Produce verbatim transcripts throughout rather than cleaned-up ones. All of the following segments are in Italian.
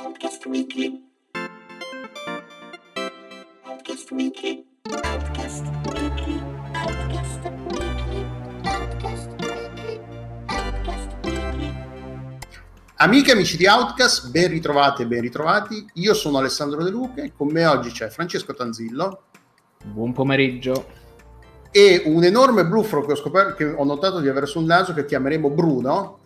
Outcast Weekly. Outcast Weekly. Outcast Weekly. Outcast Weekly. Outcast Weekly. Outcast Weekly. Amiche e amici di Outcast, ben ritrovate e ben ritrovati. Io sono Alessandro De Luca e con me oggi c'è Francesco Tanzillo. Buon pomeriggio. E un enorme bluffro che ho scoperto, che ho notato di avere sul naso, che chiameremo Bruno,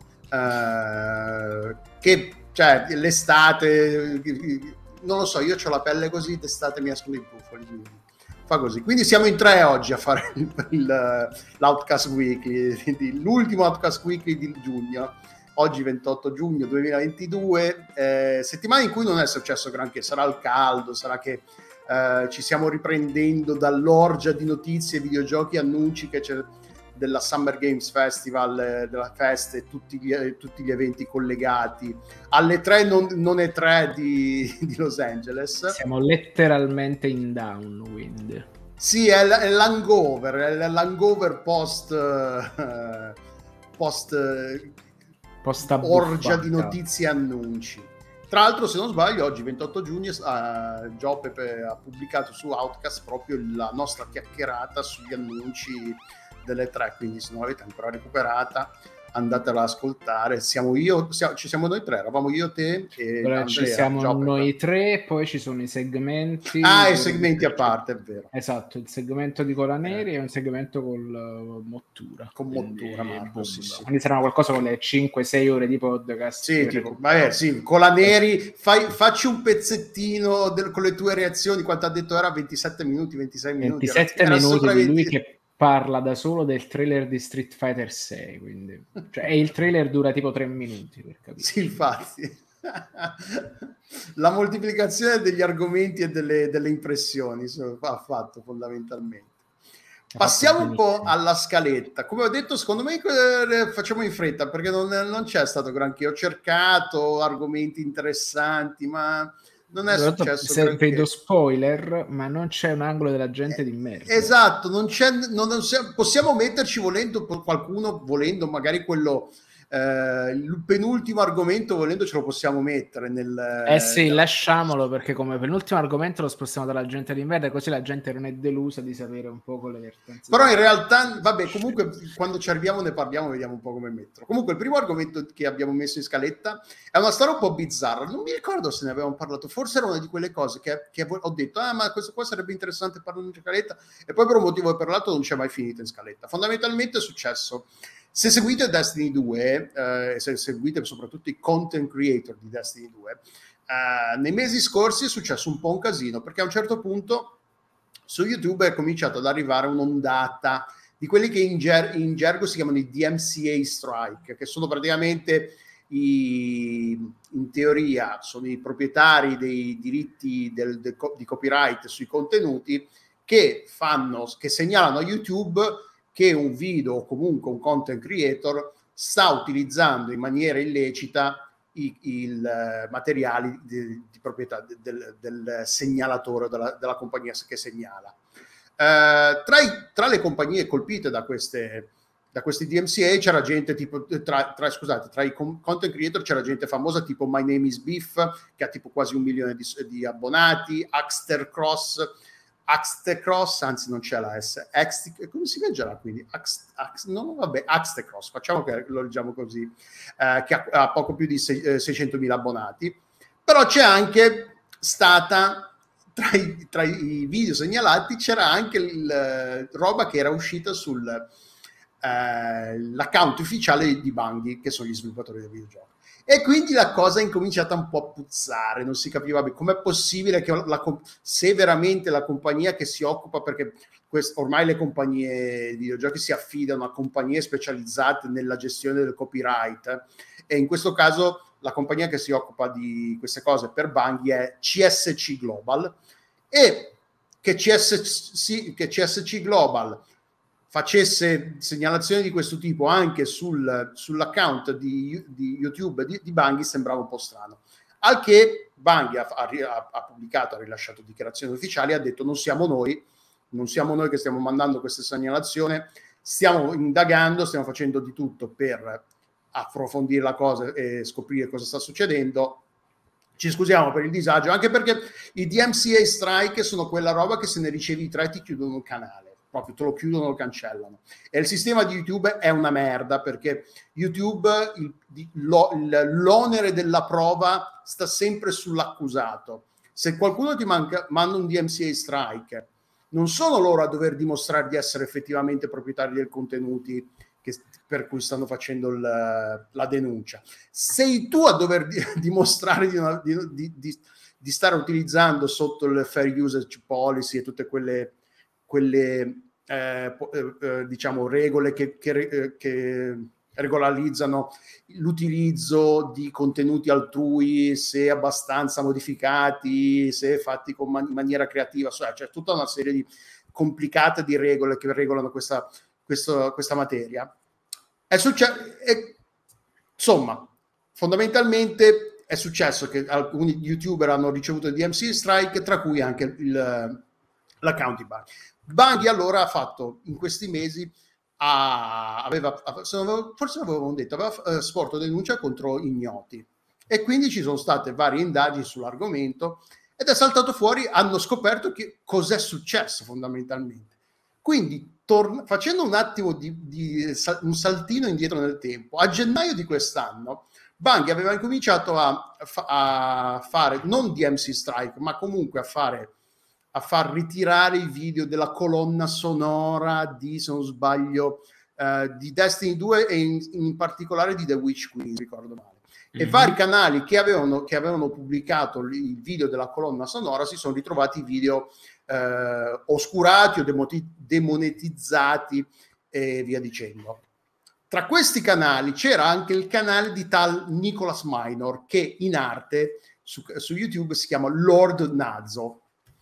eh, che cioè l'estate, non lo so, io ho la pelle così, d'estate mi escono i brufoli, fa così. Quindi siamo in tre oggi a fare il, il, l'Outcast Weekly, l'ultimo Outcast Weekly di giugno. Oggi ventotto giugno duemilaventidue, eh, settimana in cui non è successo granché, sarà il caldo, sarà che eh, ci stiamo riprendendo dall'orgia di notizie, videogiochi, annunci che c'è della Summer Games Festival, eh, della festa e tutti gli, eh, tutti gli eventi collegati alle tre non, non è tre di, di Los Angeles. Siamo letteralmente in downwind. Sì, è, l- è l'hangover, è l'hangover post eh, post eh, orgia di notizie e annunci. Tra l'altro, se non sbaglio, oggi ventotto giugno uh, Gio Pepe ha pubblicato su Outcast proprio la nostra chiacchierata sugli annunci delle tre, quindi se non l'avete ancora recuperata andatela ad ascoltare. Siamo io, siamo, ci siamo noi tre, eravamo io, te e allora, Andrea. Ci siamo Gio noi tre, poi ci sono i segmenti. Ah, i segmenti a parte, è vero. Esatto, il segmento di Colaneri eh. e un segmento con uh, Mottura. Con Mottura, Marco, sì, sì. Quindi sarà qualcosa con le cinque sei ore di podcast. Sì, tipo, vabbè, sì, Colaneri, fai, facci un pezzettino del, con le tue reazioni, quanto ha detto era ventisette minuti, ventisei minuti. ventisette era, minuti era di lui che parla da solo del trailer di Street Fighter sei, quindi cioè, e il trailer dura tipo tre minuti, per capire. Sì, infatti. La moltiplicazione degli argomenti e delle, delle impressioni ha fatto fondamentalmente. Passiamo un po' alla scaletta. Come ho detto, secondo me eh, facciamo in fretta perché non, non c'è stato granché. Ho cercato argomenti interessanti, ma non è allora, successo se granché. vedo spoiler, ma non c'è un angolo della gente eh, di merda. Esatto, non c'è, non, non c'è, possiamo metterci volendo qualcuno, volendo magari quello eh, il penultimo argomento, volendo ce lo possiamo mettere nel eh sì, nel... lasciamolo, perché come penultimo argomento lo spostiamo dalla gente di merda, così la gente non è delusa di sapere un po' con le vertenze. Però in realtà, vabbè, comunque quando ci arriviamo ne parliamo, vediamo un po' come metterlo. Comunque il primo argomento che abbiamo messo in scaletta è una storia un po' bizzarra, non mi ricordo se ne avevamo parlato, forse era una di quelle cose che, che ho detto, ah ma questo qua sarebbe interessante parlare in scaletta, e poi per un motivo o per l'altro non c'è mai finito in scaletta. Fondamentalmente è successo, se seguite Destiny due, eh, se seguite soprattutto i content creator di Destiny due, eh, nei mesi scorsi è successo un po' un casino, perché a un certo punto su YouTube è cominciato ad arrivare un'ondata di quelli che in, ger- in gergo si chiamano i D M C A strike, che sono praticamente i, in teoria sono i proprietari dei diritti del, del, di copyright sui contenuti che fanno, che segnalano a YouTube che un video o comunque un content creator sta utilizzando in maniera illecita i, il uh, materiali di, di proprietà de, del, del segnalatore, della, della compagnia che segnala. Uh, tra, i, tra le compagnie colpite da queste, da questi D M C A c'era gente tipo, tra, tra, scusate, tra i content creator c'era gente famosa tipo My Name is Beef, che ha tipo quasi un milione di, di abbonati, Axter Cross, Axter Cross, anzi non c'è la S, Axte, come si leggerà quindi? Ax, Ax, no, vabbè, Axter Cross, facciamo che lo leggiamo così, eh, che ha, ha poco più di seicentomila abbonati, però c'è anche stata, tra i, tra i video segnalati, c'era anche il, roba che era uscita sul eh, l'account ufficiale di Bungie, che sono gli sviluppatori del videogioco. E quindi la cosa è incominciata un po' a puzzare, non si capiva bene com'è possibile che la, se veramente la compagnia che si occupa, perché questo, ormai le compagnie di videogiochi si affidano a compagnie specializzate nella gestione del copyright, e in questo caso la compagnia che si occupa di queste cose per Bungie è C S C Global, e che C S C, che C S C Global facesse segnalazioni di questo tipo anche sul, sull'account di, di YouTube di, di Bungie sembrava un po' strano, al che Bungie ha, ha, ha pubblicato, ha rilasciato dichiarazioni ufficiali, ha detto non siamo noi, non siamo noi che stiamo mandando questa segnalazione, stiamo indagando, stiamo facendo di tutto per approfondire la cosa e scoprire cosa sta succedendo, ci scusiamo per il disagio, anche perché i D M C A strike sono quella roba che se ne ricevi tre ti chiudono un canale, proprio te lo chiudono, lo cancellano. E il sistema di YouTube è una merda, perché YouTube, il, lo, il, l'onere della prova sta sempre sull'accusato. Se qualcuno ti manca, manda un D M C A strike, non sono loro a dover dimostrare di essere effettivamente proprietari dei contenuti che, per cui stanno facendo il, la denuncia. Sei tu a dover di, dimostrare di, una, di, di, di, di stare utilizzando sotto il fair usage policy e tutte quelle, quelle eh, eh, diciamo regole che, che, che regolarizzano l'utilizzo di contenuti altrui, se abbastanza modificati, se fatti con man- in maniera creativa, cioè c'è tutta una serie di complicate di regole che regolano questa, questo, questa materia. È successo, è, insomma, fondamentalmente è successo che alcuni YouTuber hanno ricevuto il D M C strike, tra cui anche il, l'account di Bungie. Bungie allora ha fatto in questi mesi a, aveva, forse avevamo detto, aveva eh, sporto denuncia contro ignoti, e quindi ci sono state varie indagini sull'argomento ed è saltato fuori, hanno scoperto che cos'è successo fondamentalmente. Quindi torn- facendo un attimo di, di sal- un saltino indietro nel tempo, a gennaio di quest'anno Bungie aveva incominciato a, a fare non D M C strike, ma comunque a fare a far ritirare i video della colonna sonora di, se non sbaglio, uh, di Destiny due e in, in particolare di The Witch Queen, ricordo male. Mm-hmm. E vari canali che avevano, che avevano pubblicato il video della colonna sonora si sono ritrovati video uh, oscurati o demoti- demonetizzati e via dicendo. Tra questi canali c'era anche il canale di tal Nicholas Minor, che in arte su, su YouTube si chiama Lord Nazo.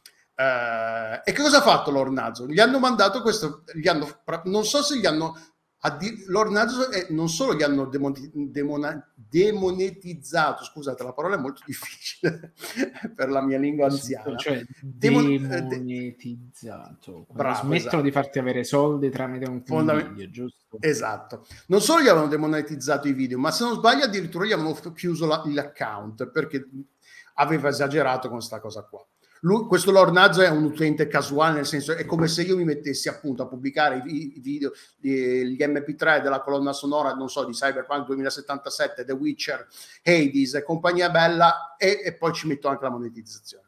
Uh, e che cosa ha fatto Lord Nazo? Gli hanno mandato questo, gli hanno, non so se gli hanno, addi, Lord Nazo eh, non solo gli hanno demoni, demona, demonetizzato, scusate la parola è molto difficile per la mia lingua anziana, cioè Demon, demonetizzato, de, bravo, smettono esatto. di farti avere soldi tramite un Fondament- video, giusto? Esatto, non solo gli avevano demonetizzato i video, ma se non sbaglio addirittura gli avevano chiuso la, l'account perché aveva esagerato con sta cosa qua. Lui, questo Lord Nazo è un utente casuale, nel senso è come se io mi mettessi appunto a pubblicare i, i video, gli emme pi tre della colonna sonora, non so, di Cyberpunk duemilasettantasette, The Witcher, Hades e compagnia bella, e, e poi ci metto anche la monetizzazione.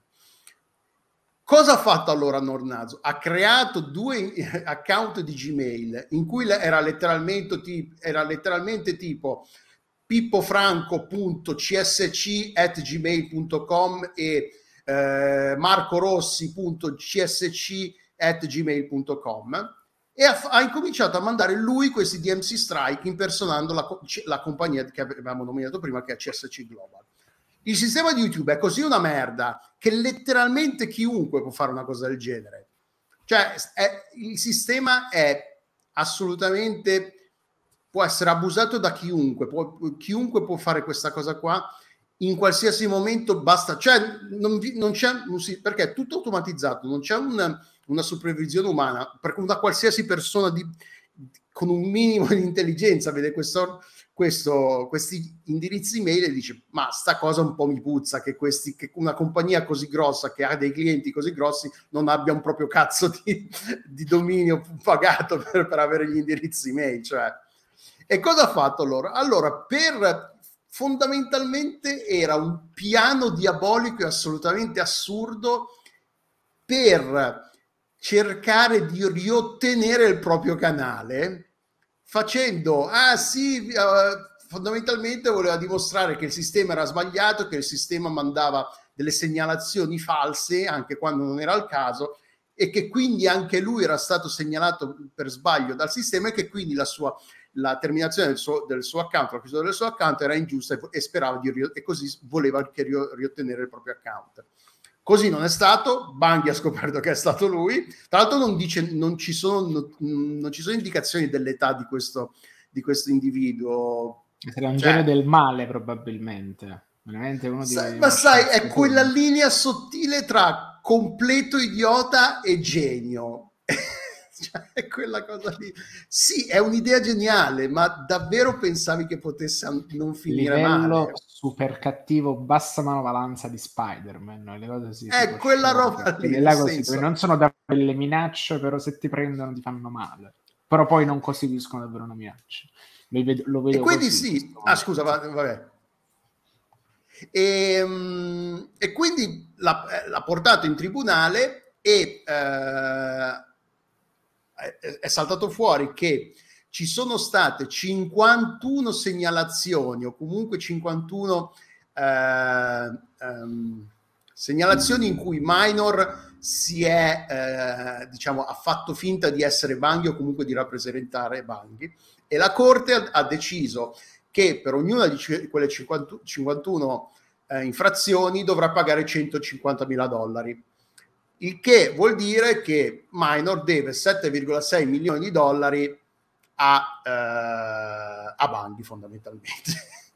Cosa ha fatto allora Lord Nazo? Ha creato due account di Gmail in cui era letteralmente, era letteralmente tipo pippofranco punto c s c at gmail punto com e Eh, marcorossi punto c s c at gmail punto com e ha, ha incominciato a mandare lui questi D M C strike impersonando la, la compagnia che avevamo nominato prima, che è C S C Global. Il sistema di YouTube è così una merda che letteralmente chiunque può fare una cosa del genere, cioè è, il sistema è assolutamente, può essere abusato da chiunque, può, chiunque può fare questa cosa qua in qualsiasi momento, basta, cioè non, vi, non c'è, non si, perché è tutto automatizzato, non c'è una, una supervisione umana, perché una qualsiasi persona di, con un minimo di intelligenza vede questo, questo, questi indirizzi email e dice ma sta cosa un po' mi puzza che, questi, che una compagnia così grossa che ha dei clienti così grossi non abbia un proprio cazzo di, di dominio pagato per, per avere gli indirizzi email, cioè. E cosa ha fatto allora? Allora, per fondamentalmente era un piano diabolico e assolutamente assurdo per cercare di riottenere il proprio canale, facendo, ah sì, uh, fondamentalmente voleva dimostrare che il sistema era sbagliato, che il sistema mandava delle segnalazioni false anche quando non era il caso, e che quindi anche lui era stato segnalato per sbaglio dal sistema e che quindi la sua la terminazione del suo, del suo account, la chiusura del suo account era ingiusta e, e sperava di ri- e così voleva anche ri- riottenere il proprio account. Così non è stato, Bungie ha scoperto che è stato lui. Tra l'altro non dice, non ci sono, non ci sono indicazioni dell'età di questo, di questo individuo. Sarà un cioè, genio del male probabilmente. Veramente uno di sai, ma sai, è quella linea sottile tra completo idiota e genio. Cioè, è quella cosa lì. Sì, è un'idea geniale, ma davvero pensavi che potesse an- non finire Livello male? super cattivo, bassa manovalanza di Spider-Man, no? Le cose così, È tipo quella sciocche, roba lì, quelle nel là così, senso. dove non sono da delle minacce, però se ti prendono ti fanno male. Però poi non costituiscono davvero una minaccia. Lo vedo, lo vedo E quindi così, in sì, questo ah scusa, momento. va- vabbè. E, mm, e quindi l'ha, eh, l'ha portato in tribunale e eh, è, è saltato fuori che ci sono state cinquantuno segnalazioni o comunque cinquantuno eh, ehm, segnalazioni in cui Minor si è, eh, diciamo, ha fatto finta di essere Banghi o comunque di rappresentare Banghi, e la Corte ha, ha deciso che per ognuna di c- quelle cinquantuno, cinquantuno eh, infrazioni dovrà pagare centocinquantamila dollari. Il che vuol dire che Minor deve sette virgola sei milioni di dollari a, eh, a Banghi fondamentalmente.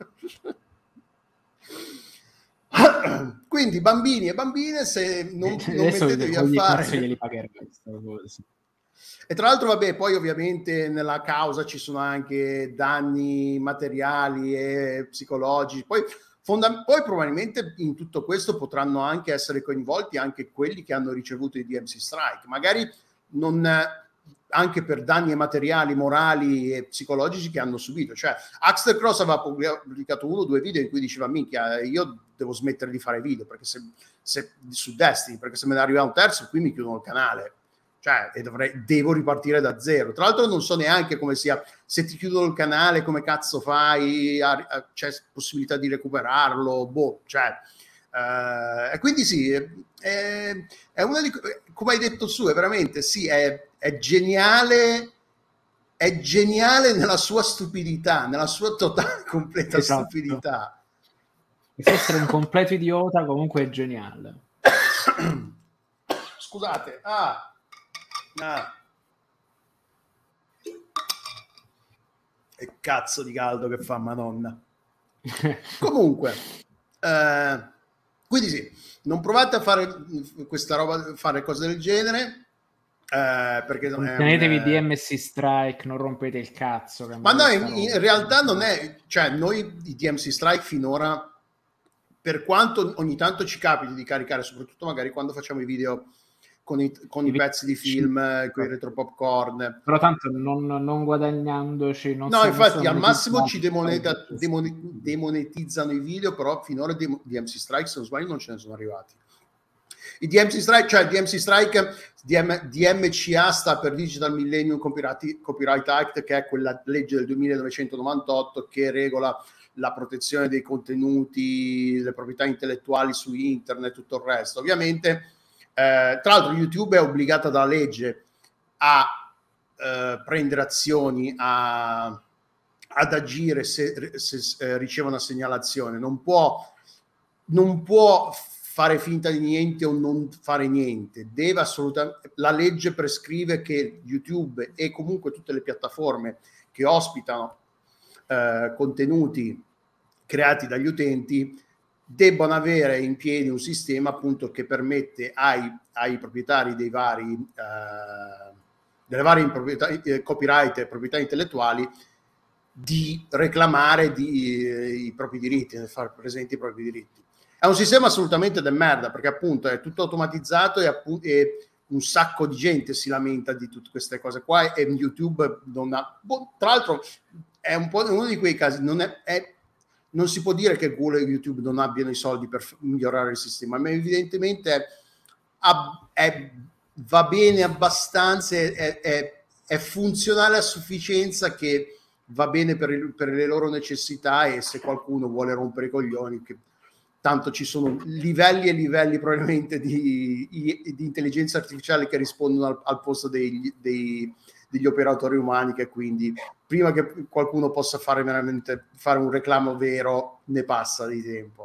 Quindi bambini e bambine, se non, non Adesso mettetevi a ogni fare... cazzo glieli pagherai, sta cosa. E tra l'altro, vabbè, poi ovviamente nella causa ci sono anche danni materiali e psicologici. Poi, fonda- poi probabilmente in tutto questo potranno anche essere coinvolti anche quelli che hanno ricevuto i D M C strike, magari non anche per danni materiali, morali e psicologici che hanno subito. Cioè, Axter Cross aveva pubblicato uno o due video in cui diceva: minchia, io devo smettere di fare video perché se, se su Destiny, perché se me ne arriva un terzo qui mi chiudono il canale. Cioè, e dovrei, devo ripartire da zero. Tra l'altro non so neanche come sia, se ti chiudono il canale come cazzo fai, a, a, c'è possibilità di recuperarlo, boh, cioè, uh, e quindi sì, è, è una di, come hai detto su, è veramente, sì, è, è geniale, è geniale nella sua stupidità, nella sua totale, completa Esatto. stupidità. E se essere un completo idiota comunque è geniale. Scusate, ah, Ah. E cazzo di caldo che fa, madonna. Comunque, eh, quindi sì, non provate a fare questa roba, fare cose del genere, eh, perché non è tenetevi un, D M C strike, non rompete il cazzo. ma no, in, in realtà non è, cioè noi i D M C strike finora, per quanto ogni tanto ci capiti di caricare, soprattutto magari quando facciamo i video con i, con I, i pezzi di film, con i retro popcorn, però tanto non, non guadagnandoci, non no, infatti al massimo ci demoneta, demone, demonetizzano i video, però finora D M C strike, se non sbaglio, non ce ne sono arrivati. I D M C strike, cioè D M C strike, D M C A sta per Digital Millennium Copyright, Copyright Act, che è quella legge del millenovecentonovantotto che regola la protezione dei contenuti, le proprietà intellettuali su internet, tutto il resto. Ovviamente, eh, tra l'altro YouTube è obbligata dalla legge a eh, prendere azioni, a, ad agire se, se eh, riceve una segnalazione. Non può, non può fare finta di niente o non fare niente. Deve assolutamente, la legge prescrive che YouTube e comunque tutte le piattaforme che ospitano eh, contenuti creati dagli utenti debbano avere in piedi un sistema appunto che permette ai, ai proprietari dei vari eh, delle varie proprietà, eh, copyright e proprietà intellettuali di reclamare di, eh, i propri diritti, di far presenti i propri diritti. È un sistema assolutamente de merda, perché appunto è tutto automatizzato e, appunto, e un sacco di gente si lamenta di tutte queste cose qua, e YouTube non ha... Boh, tra l'altro è un po' uno di quei casi, non, è, è, non si può dire che Google e YouTube non abbiano i soldi per migliorare il sistema, ma evidentemente è, è, va bene abbastanza, è, è, è funzionale a sufficienza che va bene per, il, per le loro necessità, e se qualcuno vuole rompere i coglioni, che tanto ci sono livelli e livelli probabilmente di, di intelligenza artificiale che rispondono al, al posto dei, dei, degli operatori umani, che quindi prima che qualcuno possa fare veramente fare un reclamo vero ne passa di tempo.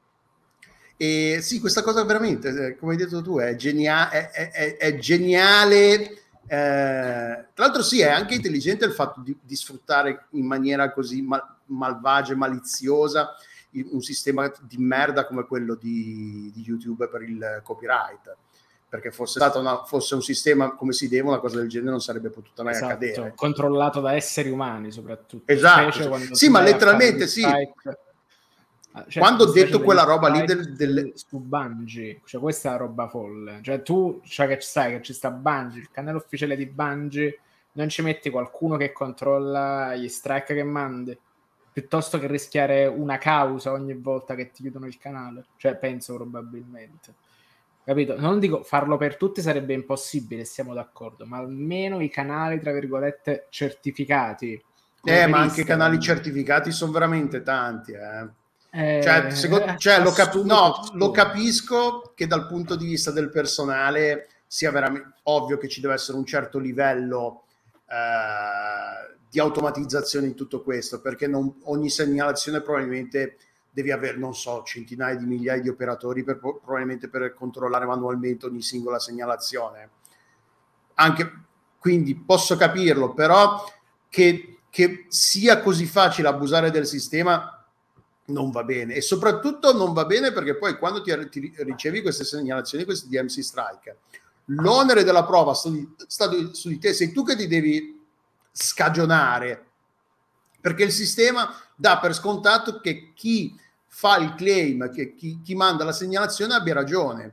E sì, questa cosa veramente, come hai detto tu, è, genia- è, è, è geniale. Eh, tra l'altro sì, è anche intelligente il fatto di, di sfruttare in maniera così mal- malvagia e maliziosa un sistema di merda come quello di, di YouTube per il copyright, perché fosse stata una, fosse un sistema come si deve, una cosa del genere non sarebbe potuta mai esatto, accadere. Controllato da esseri umani soprattutto. Esatto, sì, ma letteralmente sì. Strike, cioè, quando ho detto quella roba lì del, del... su, su Bungie, cioè questa è la roba folle, cioè tu cioè che sai che ci sta Bungie, il canale ufficiale di Bungie, non ci metti qualcuno che controlla gli strike che mandi, piuttosto che rischiare una causa ogni volta che ti chiudono il canale, cioè penso probabilmente, capito? Non dico farlo per tutti, sarebbe impossibile, siamo d'accordo, ma almeno i canali tra virgolette certificati, eh ma anche i canali certificati sono veramente tanti, eh. Eh, cioè, secondo, cioè lo, cap- no, assurdo. lo capisco che dal punto di vista del personale sia veramente ovvio che ci deve essere un certo livello eh, di automatizzazione in tutto questo, perché non, ogni segnalazione probabilmente devi avere, non so, centinaia di migliaia di operatori per, probabilmente per controllare manualmente ogni singola segnalazione. Anche, quindi posso capirlo, però che, che sia così facile abusare del sistema non va bene, e soprattutto non va bene perché poi quando ti, ti ricevi queste segnalazioni, questi D M C strike, l'onere della prova sta di, sta su di te, sei tu che ti devi scagionare, perché il sistema dà per scontato che chi fa il claim, che chi, chi manda la segnalazione abbia ragione.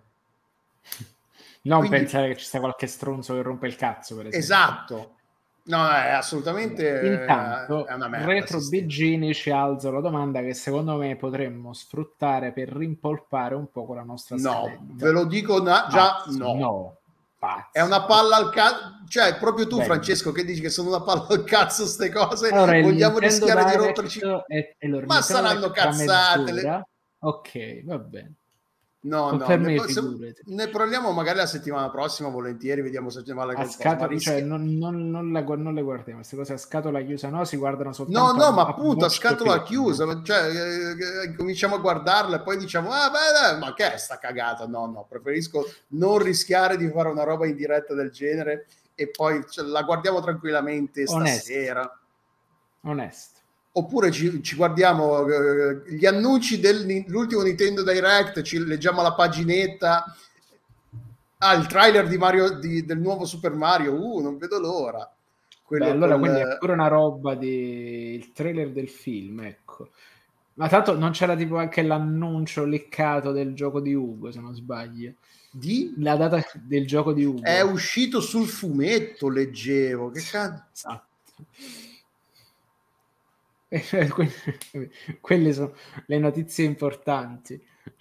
Non Quindi, pensare che ci sia qualche stronzo che rompe il cazzo, per esempio. Esatto. No, è assolutamente Intanto, è una merda. Retro Bigini ci alza la domanda che secondo me potremmo sfruttare per rimpolpare un po' con la nostra scaletta. No, ve lo dico na- già Pazzo, no. no. Pazzo. È una palla al cazzo, cioè proprio tu, Bene. Francesco, che dici che sono una palla al cazzo ste cose, allora, vogliamo rischiare di romperci, è, è ma saranno cazzate le... ok, va bene. No, Con no, ne, se, figurati. ne parliamo magari la settimana prossima, volentieri, vediamo se ne vale qualcosa. Scatola, rischia... cioè, non, non, non, la, non le guardiamo, queste cose a scatola chiusa no, si guardano soltanto no, no, a, ma a appunto a scatola click. chiusa, cioè eh, eh, cominciamo a guardarla e poi diciamo, ah beh, ma che è sta cagata? No, no, preferisco non rischiare di fare una roba in diretta del genere e poi cioè, la guardiamo tranquillamente stasera. Onesto. Onesto. Oppure ci, ci guardiamo eh, gli annunci dell'ultimo Nintendo Direct, ci leggiamo la paginetta, ah, il trailer di Mario, di, del nuovo Super Mario, uh, non vedo l'ora. Beh, allora quindi è pure una roba di il trailer del film, ecco. Ma tanto non c'era tipo anche l'annuncio leccato del gioco di Ugo, se non sbaglio. Di? La data del gioco di Ugo. È uscito sul fumetto, leggevo. Che cazzo? Esatto. Quelle sono le notizie importanti.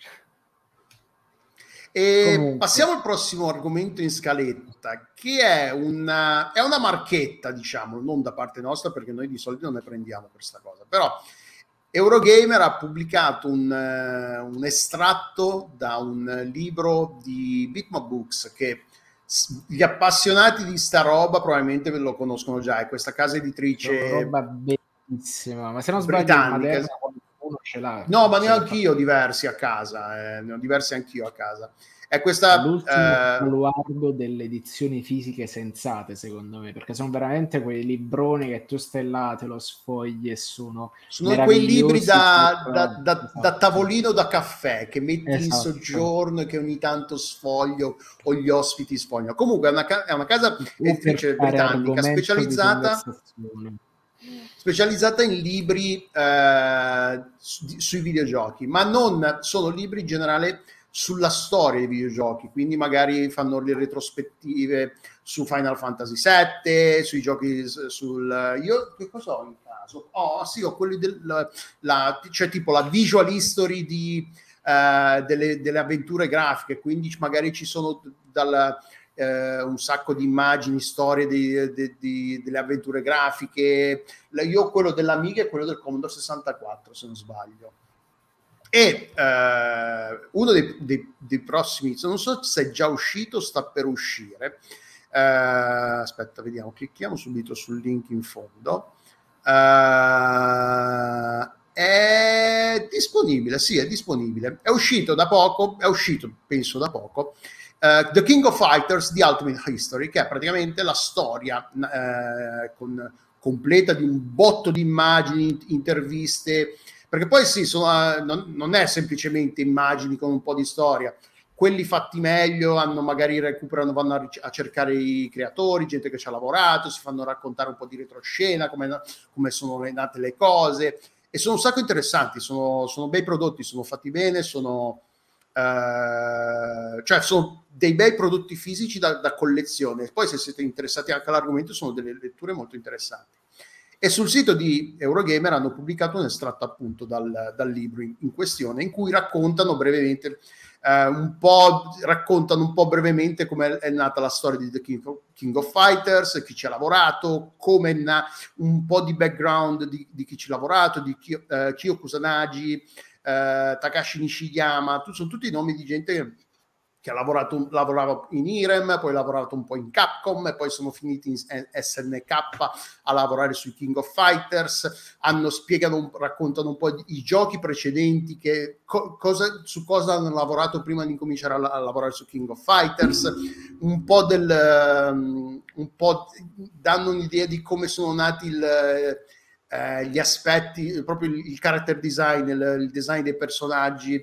E Comunque. Passiamo al prossimo argomento in scaletta, che è una, è una marchetta, diciamo, non da parte nostra, perché noi di solito non ne prendiamo per sta cosa, però Eurogamer ha pubblicato un, uh, un estratto da un libro di Bitmap Books, che gli appassionati di sta roba probabilmente ve lo conoscono già, è questa casa editrice roba bellissima, ma se non sbaglio britannica. Uno ce l'ha. No, ma ne ho anch'io diversi a casa, eh, ne ho diversi anch'io a casa. È questa l'ultimo eh... baluardo delle edizioni fisiche sensate, secondo me, perché sono veramente quei libroni che tu stai là, te lo sfogli e sono sono quei libri da, da, da, esatto. da tavolino da caffè che metti esatto. in soggiorno e che ogni tanto sfoglio o gli ospiti sfogliano. Comunque è una, è una casa editrice britannica specializzata specializzata in libri eh, su, sui videogiochi, ma non sono libri in generale sulla storia dei videogiochi, quindi magari fanno le retrospettive su Final Fantasy sette, sui giochi sul... Io che cosa ho in caso? Oh sì, ho quelli del... La, la, cioè tipo la visual history di, uh, delle, delle avventure grafiche, quindi magari ci sono dal... Uh, un sacco di immagini, storie di, di, di, delle avventure grafiche. Io ho quello dell'Amiga e quello del Commodore sessantaquattro, se non sbaglio. E uh, uno dei, dei, dei prossimi, non so se è già uscito o sta per uscire. Uh, aspetta, vediamo, clicchiamo subito sul link in fondo. Uh, è disponibile, sì, è disponibile. È uscito da poco, è uscito, penso da poco. Uh, The King of Fighters, The Ultimate History, che è praticamente la storia uh, con, completa di un botto di immagini, interviste, perché poi sì, sono, uh, non, non è semplicemente immagini con un po' di storia, quelli fatti meglio hanno magari recuperano, vanno a, ric- a cercare i creatori, gente che ci ha lavorato, si fanno raccontare un po' di retroscena, come, come sono nate le cose, e sono un sacco interessanti, sono, sono bei prodotti, sono fatti bene, sono, eh, cioè sono dei bei prodotti fisici da, da collezione. Poi se siete interessati anche all'argomento sono delle letture molto interessanti. E sul sito di Eurogamer hanno pubblicato un estratto appunto dal, dal libro in, in questione, in cui raccontano brevemente eh, un po' raccontano un po' brevemente come è nata la storia di The King of, King of Fighters, chi ci ha lavorato, come è na- un po' di background di, di chi ci ha lavorato, di Kyo, eh, Kyo Kusanagi, eh, Takashi Nishiyama, tu, sono tutti nomi di gente che che ha lavorato lavorava in Irem, poi ha lavorato un po' in Capcom e poi sono finiti in S N K a lavorare sui King of Fighters, hanno spiegano, raccontano un po' di, i giochi precedenti, che co- cosa, su cosa hanno lavorato prima di incominciare a, a lavorare su King of Fighters, un po' del um, un po' danno un'idea di come sono nati il, eh, gli aspetti, proprio il, il character design, il, il design dei personaggi,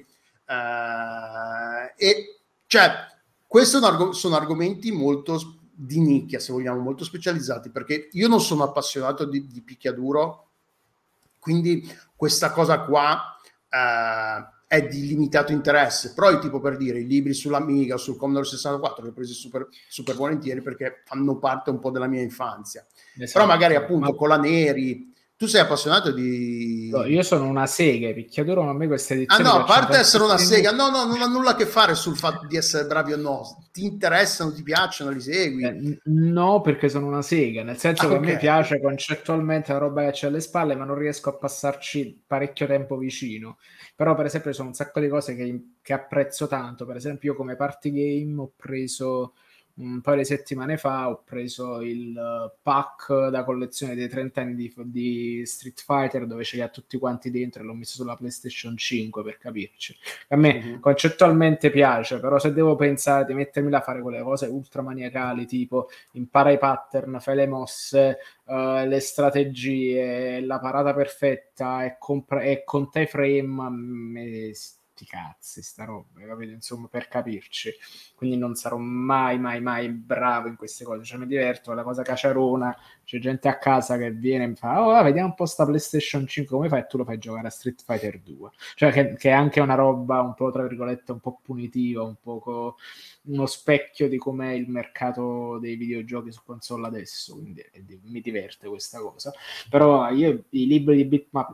eh, e cioè, questi sono, arg- sono argomenti molto di nicchia, se vogliamo, molto specializzati, perché io non sono appassionato di, di picchiaduro, quindi questa cosa qua eh, è di limitato interesse. Però, tipo per dire, i libri sull'Amiga o sul Commodore sessantaquattro li ho presi super, super volentieri perché fanno parte un po' della mia infanzia. Esatto. Però magari appunto Ma... con la Neri... Tu sei appassionato di... No, io sono una sega, picchiaduro, ma a me queste edizioni Ah no, a parte essere una tantissimo. sega, no, no, non ha nulla a che fare sul fatto di essere bravi o no. Ti interessano, ti piacciono, li segui? Eh, no, perché sono una sega, nel senso Ah, che okay. a me piace concettualmente la roba che c'è alle spalle, ma non riesco a passarci parecchio tempo vicino. Però per esempio ci sono un sacco di cose che, che apprezzo tanto. Per esempio io come party game ho preso un paio di settimane fa, ho preso il pack da collezione dei trenta anni di, di Street Fighter, dove ce li ha tutti quanti dentro, e l'ho messo sulla PlayStation cinque, per capirci. A me uh-huh. concettualmente piace, però se devo pensare di mettermi là a fare quelle cose ultra maniacali, tipo impara i pattern, fai le mosse, uh, le strategie, la parata perfetta e, compra- e conta i frame, me cazzi sta roba, capito? Insomma, per capirci. Quindi non sarò mai mai mai bravo in queste cose, cioè mi diverto, la cosa caciarona, c'è gente a casa che viene e mi fa oh vediamo un po' sta PlayStation cinque come fai, e tu lo fai giocare a Street Fighter due, cioè che, che è anche una roba un po' tra virgolette un po' punitiva, un po' uno specchio di com'è il mercato dei videogiochi su console adesso, quindi mi diverte questa cosa. Però io i libri di Bitmap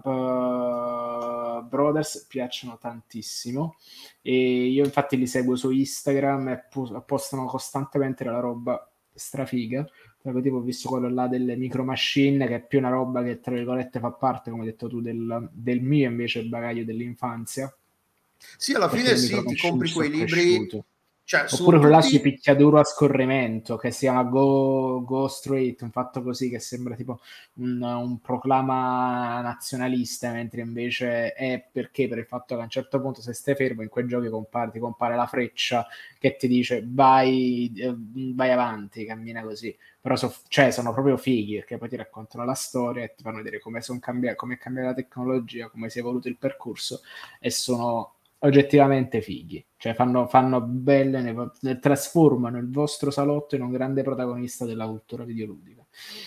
uh, Brothers piacciono tantissimo e io infatti li seguo su Instagram e postano costantemente la roba strafiga. Tipo ho visto quello là delle Micro Machine, che è più una roba che tra virgolette fa parte, come hai detto tu, del, del mio invece bagaglio dell'infanzia. Sì, alla fine sì, ti compri quei libri, cioè, oppure quello là tutti... sui picchiaduro a scorrimento che si chiama Go, Go Straight, un fatto così che sembra tipo un, un proclama nazionalista, mentre invece è perché per il fatto che a un certo punto se stai fermo in quei giochi compare, ti compare la freccia che ti dice vai, vai avanti, cammina così. Però so, cioè, sono proprio fighi, perché poi ti raccontano la storia e ti fanno vedere come son cambiati, come è cambiata la tecnologia, come si è evoluto il percorso, e sono oggettivamente fighi, cioè fanno, fanno belle, ne, ne trasformano il vostro salotto in un grande protagonista della cultura videoludica.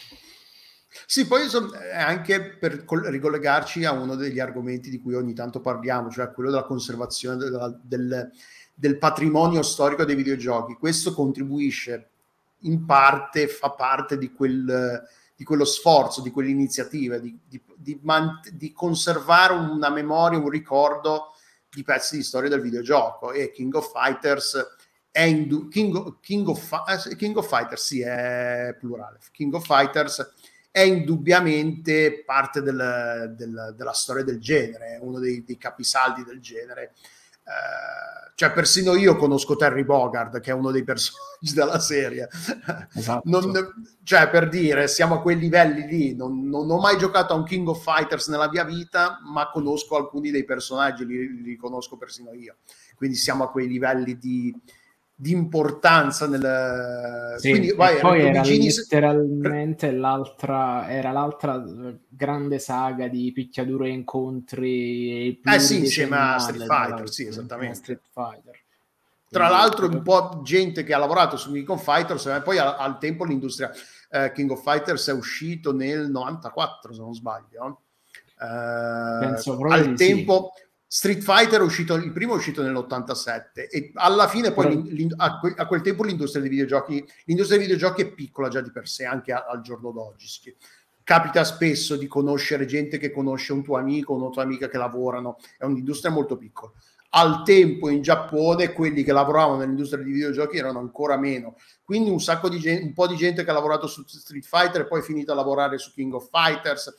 Sì, poi anche per ricollegarci a uno degli argomenti di cui ogni tanto parliamo, cioè quello della conservazione della, del, del patrimonio storico dei videogiochi. Questo contribuisce in parte, fa parte di, quel, di quello sforzo, di quell'iniziativa, di, di, di, man- di conservare una memoria, un ricordo di pezzi di storia del videogioco. E King of Fighters è in, King, King, of, King of Fighters sì, è plurale. King of Fighters è indubbiamente parte del, del, della storia del genere, è uno dei, dei capisaldi del genere. Uh, cioè persino io conosco Terry Bogard, che è uno dei personaggi della serie. Esatto. Non, cioè, per dire, siamo a quei livelli lì. Non, non ho mai giocato a un King of Fighters nella mia vita, ma conosco alcuni dei personaggi, li, li conosco persino io. Quindi siamo a quei livelli di, di importanza nel... Sì, quindi vai, e poi era Bigini... letteralmente l'altra, era l'altra grande saga di picchiaduro e incontri eh sì, insieme a Street Fighter, sì, esattamente. Street Fighter. Tra l'altro un po' gente che ha lavorato su King of Fighters, e poi al, al tempo l'industria eh, King of Fighters è uscito nel novantaquattro, se non sbaglio. Eh, Penso proprio al di tempo sì. Street Fighter è uscito, il primo è uscito nell'ottantasette e alla fine poi Però... l'in, a, que, a quel tempo l'industria dei videogiochi l'industria dei videogiochi è piccola già di per sé, anche a, al giorno d'oggi. Capita spesso di conoscere gente che conosce un tuo amico o una tua amica che lavorano, è un'industria molto piccola. Al tempo in Giappone quelli che lavoravano nell'industria dei videogiochi erano ancora meno, quindi un sacco di gente, un po' di gente che ha lavorato su Street Fighter e poi è finita a lavorare su King of Fighters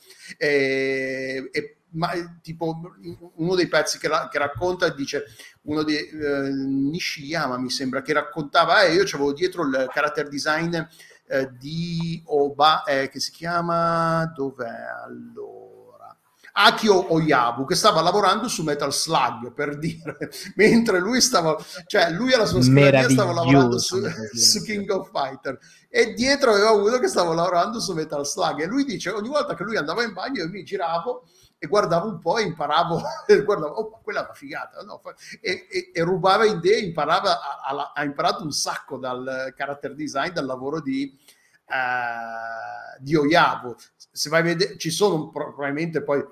e, e ma, tipo uno dei pezzi che, la, che racconta dice uno di eh, Nishiyama mi sembra che raccontava eh, io c'avevo dietro il character design eh, di Oba eh, che si chiama dov'è allora Akio Oyabu, che stava lavorando su Metal Slug, per dire, mentre lui stava, cioè lui alla sua scrivania stava lavorando su, su King of Fighter e dietro aveva uno che stava lavorando su Metal Slug e lui dice ogni volta che lui andava in bagno io mi giravo e guardavo un po' e imparavo, e guardavo, oh, quella è una figata, no? e, e, e rubava idee, imparava, ha imparato un sacco dal character design, dal lavoro di Uh, di Oyabu. Se vai a vedere, ci sono probabilmente poi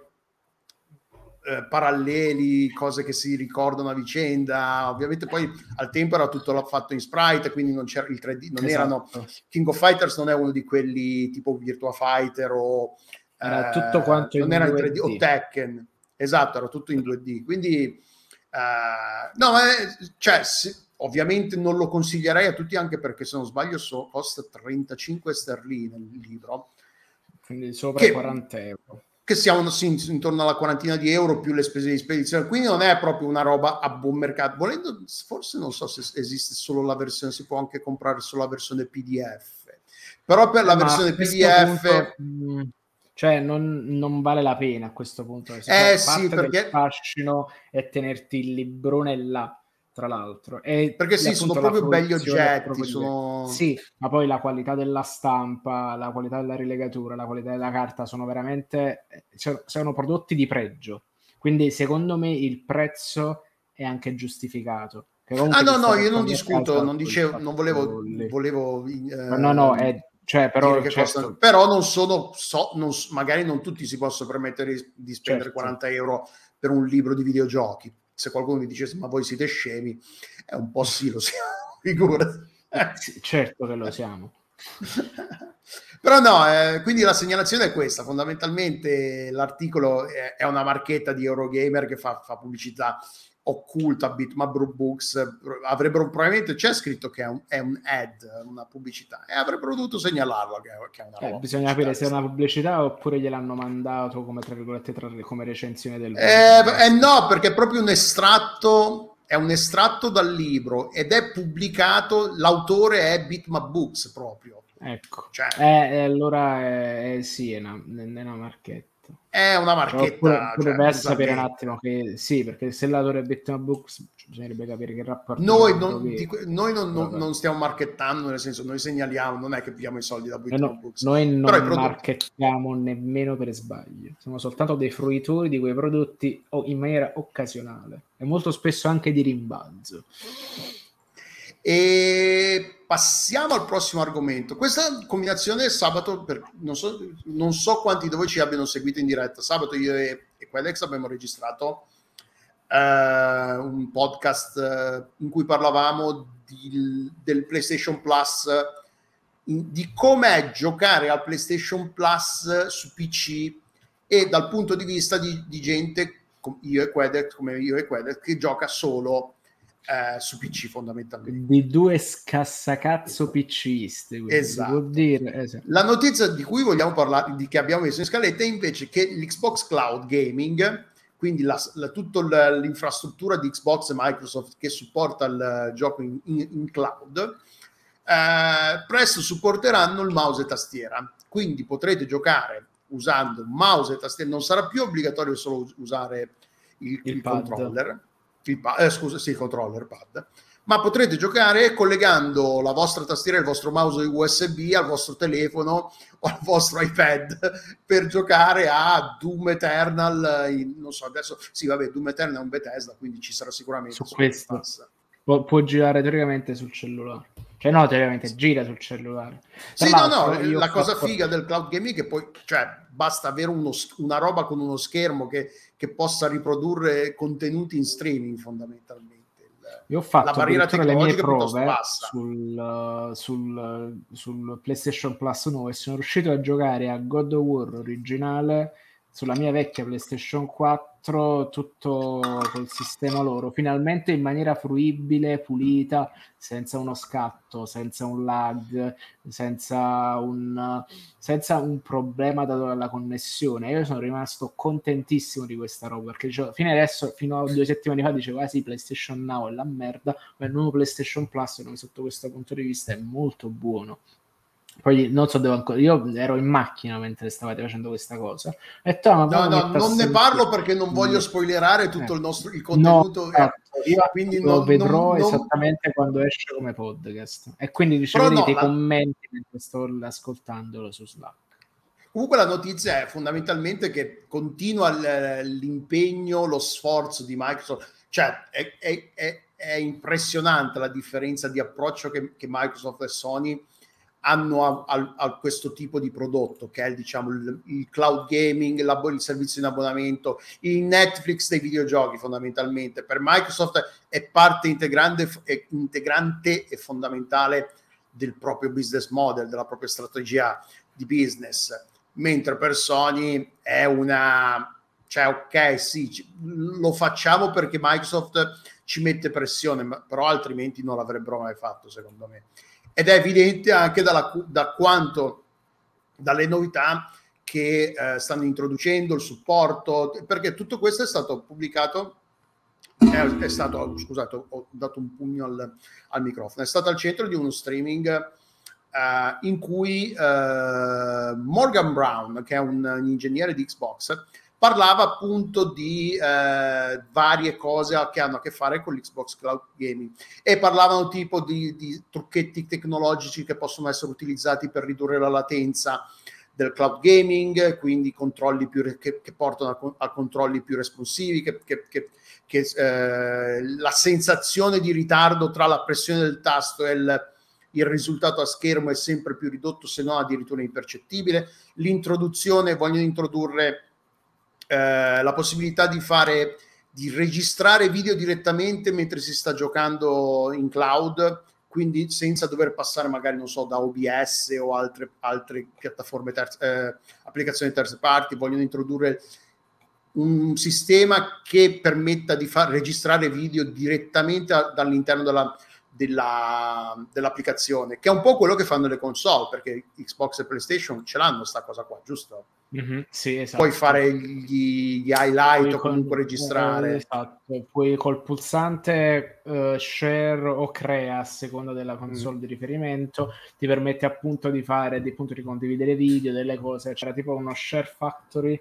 eh, paralleli, cose che si ricordano a vicenda. Ovviamente poi al tempo era tutto fatto in sprite, quindi non c'era il tre D, non esatto. erano King of Fighters non è uno di quelli tipo Virtua Fighter o era eh, tutto quanto non in era in due D. tre D o Tekken. Esatto, era tutto in due D. Quindi uh, no, eh, cioè si, ovviamente non lo consiglierei a tutti, anche perché se non sbaglio so, costa trentacinque sterline il libro, quindi sopra che, quaranta euro, che siamo sì, intorno alla quarantina di euro più le spese di spedizione, quindi non è proprio una roba a buon mercato. Volendo, forse non so se esiste solo la versione, si può anche comprare solo la versione P D F, però per la Ma versione P D F punto, mh, cioè non, non vale la pena a questo punto, eh cioè, sì, parte perché del fascino è tenerti il librone là, tra l'altro, e perché sì, appunto sono proprio belli oggetti, proprio sono... sì, ma poi la qualità della stampa, la qualità della rilegatura, la qualità della carta sono veramente, cioè, sono prodotti di pregio, quindi secondo me il prezzo è anche giustificato. Ah no no, io non discuto, non dicevo, non volevo, volevo eh, no no, è cioè, però, dire che certo. costano, però non sono, so, non, magari non tutti si possono permettere di spendere certo. quaranta euro per un libro di videogiochi. Se qualcuno mi dicesse ma voi siete scemi, è un po' sì, lo siamo, figurati. Certo che lo siamo. Però no, eh, quindi la segnalazione è questa, fondamentalmente l'articolo è, è una marchetta di Eurogamer che fa, fa pubblicità occulta a Bitmap Books, avrebbero probabilmente, c'è scritto che è un, è un ad, una pubblicità, e avrebbero dovuto segnalarlo che, che è una roba. Eh, bisogna capire se è una pubblicità oppure gliel'hanno mandato come tra virgolette tra, come recensione del eh, eh no, perché è proprio un estratto, è un estratto dal libro ed è pubblicato, l'autore è Bitmap Books proprio. Ecco, cioè, eh, allora è, è, sì, è una, è una marchetta. È una marchetta. Potrebbe cioè, sapere un attimo che sì, perché se l'autore è Bitmap Books bisognerebbe capire che rapporto. Noi, non, di, noi non, non, non stiamo marchettando, nel senso, noi segnaliamo, non è che pigliamo i soldi da Bitmap no, Books. Noi non prodotti... marchettiamo nemmeno per sbaglio, siamo soltanto dei fruitori di quei prodotti o in maniera occasionale e molto spesso anche di rimbalzo. E passiamo al prossimo argomento. Questa combinazione sabato, per, non, so, non so quanti di voi ci abbiano seguito in diretta. Sabato io e, e Quedex abbiamo registrato uh, un podcast uh, in cui parlavamo di, del PlayStation Plus, in, di com'è giocare al PlayStation Plus su P C e dal punto di vista di, di gente come io e Quedex, come io e Quedex che gioca solo Eh, su P C fondamentalmente. Di due scassacazzo PCiste, esatto. Si può dire. Esatto. La notizia di cui vogliamo parlare, di che abbiamo messo in scaletta, è invece che l'Xbox Cloud Gaming, quindi la, la, tutta l'infrastruttura di Xbox e Microsoft che supporta il gioco in, in, in cloud, eh, presto supporteranno il mouse e tastiera, quindi potrete giocare usando mouse e tastiera, non sarà più obbligatorio solo usare il, il, il controller. Il pad, eh, scusa, sì, il controller pad, ma potrete giocare collegando la vostra tastiera e il vostro mouse U S B al vostro telefono o al vostro iPad per giocare a Doom Eternal in, non so, adesso sì, vabbè, Doom Eternal è un Bethesda, quindi ci sarà sicuramente su questo. Pu- può girare teoricamente sul cellulare. Cioè no, teoricamente gira sul cellulare. Tra Sì, no, l'altro, no, io ho la cosa fatto- figa del cloud gaming è che poi, cioè, basta avere uno, s- una roba con uno schermo che, che possa riprodurre contenuti in streaming fondamentalmente. Il- Io ho la fatto barriera addirittura le mie tecnologica è piuttosto prove bassa. sul, sul, sul PlayStation Plus nuovo e sono riuscito a giocare a God of War originale sulla mia vecchia PlayStation quattro, tutto col sistema loro, finalmente in maniera fruibile, pulita, senza uno scatto, senza un lag, senza un, senza un problema dato dalla connessione. Io sono rimasto contentissimo di questa roba perché dicevo, fino adesso, fino a due settimane fa dicevo ah sì, PlayStation Now è la merda, ma il nuovo PlayStation Plus sotto questo punto di vista è molto buono. Poi non so dove ancora, io ero in macchina mentre stavate facendo questa cosa e Tom, No, no, non ne parlo perché non voglio spoilerare tutto eh. il nostro il No, contenuto, esatto. eh, Io quindi lo non, vedrò non, non... esattamente quando esce come podcast e quindi Però riceverete no, i la... commenti mentre sto ascoltandolo su Slack. Comunque la notizia è fondamentalmente che continua l'impegno, lo sforzo di Microsoft, cioè è, è, è, è impressionante la differenza di approccio che, che Microsoft e Sony hanno a, a, a questo tipo di prodotto, che è diciamo il, il cloud gaming, la, il servizio in abbonamento, il Netflix dei videogiochi fondamentalmente. Per Microsoft è parte integrante, è integrante e fondamentale del proprio business model, della propria strategia di business, mentre per Sony è una, cioè ok sì, lo facciamo perché Microsoft ci mette pressione, ma, però altrimenti non l'avrebbero mai fatto secondo me. Ed è evidente anche dalla, da quanto, dalle novità che eh, stanno introducendo, il supporto, perché tutto questo è stato pubblicato, è, è stato, scusate, ho dato un pugno al, al microfono, è stato al centro di uno streaming Uh, in cui uh, Morgan Brown, che è un, un ingegnere di Xbox, parlava appunto di uh, varie cose che hanno a che fare con l'Xbox Cloud Gaming e parlavano tipo di, di trucchetti tecnologici che possono essere utilizzati per ridurre la latenza del cloud gaming, quindi controlli più che, che portano a, a controlli più responsivi, che, che, che, che eh, la sensazione di ritardo tra la pressione del tasto e il il risultato a schermo è sempre più ridotto, se no addirittura impercettibile. L'introduzione, vogliono introdurre eh, la possibilità di fare, di registrare video direttamente mentre si sta giocando in cloud, quindi senza dover passare magari, non so, da O B S o altre, altre piattaforme, terze, eh, applicazioni terze parti. Vogliono introdurre un sistema che permetta di far registrare video direttamente a, dall'interno della Della, dell'applicazione, che è un po' quello che fanno le console, perché Xbox e PlayStation ce l'hanno sta cosa qua, giusto? Mm-hmm, sì, esatto. Puoi fare gli, gli highlight puoi o comunque con, registrare. Eh, esatto, puoi col pulsante uh, share o crea a seconda della console mm. di riferimento, ti permette appunto di fare, di, appunto, di condividere video, delle cose. C'era tipo uno share factory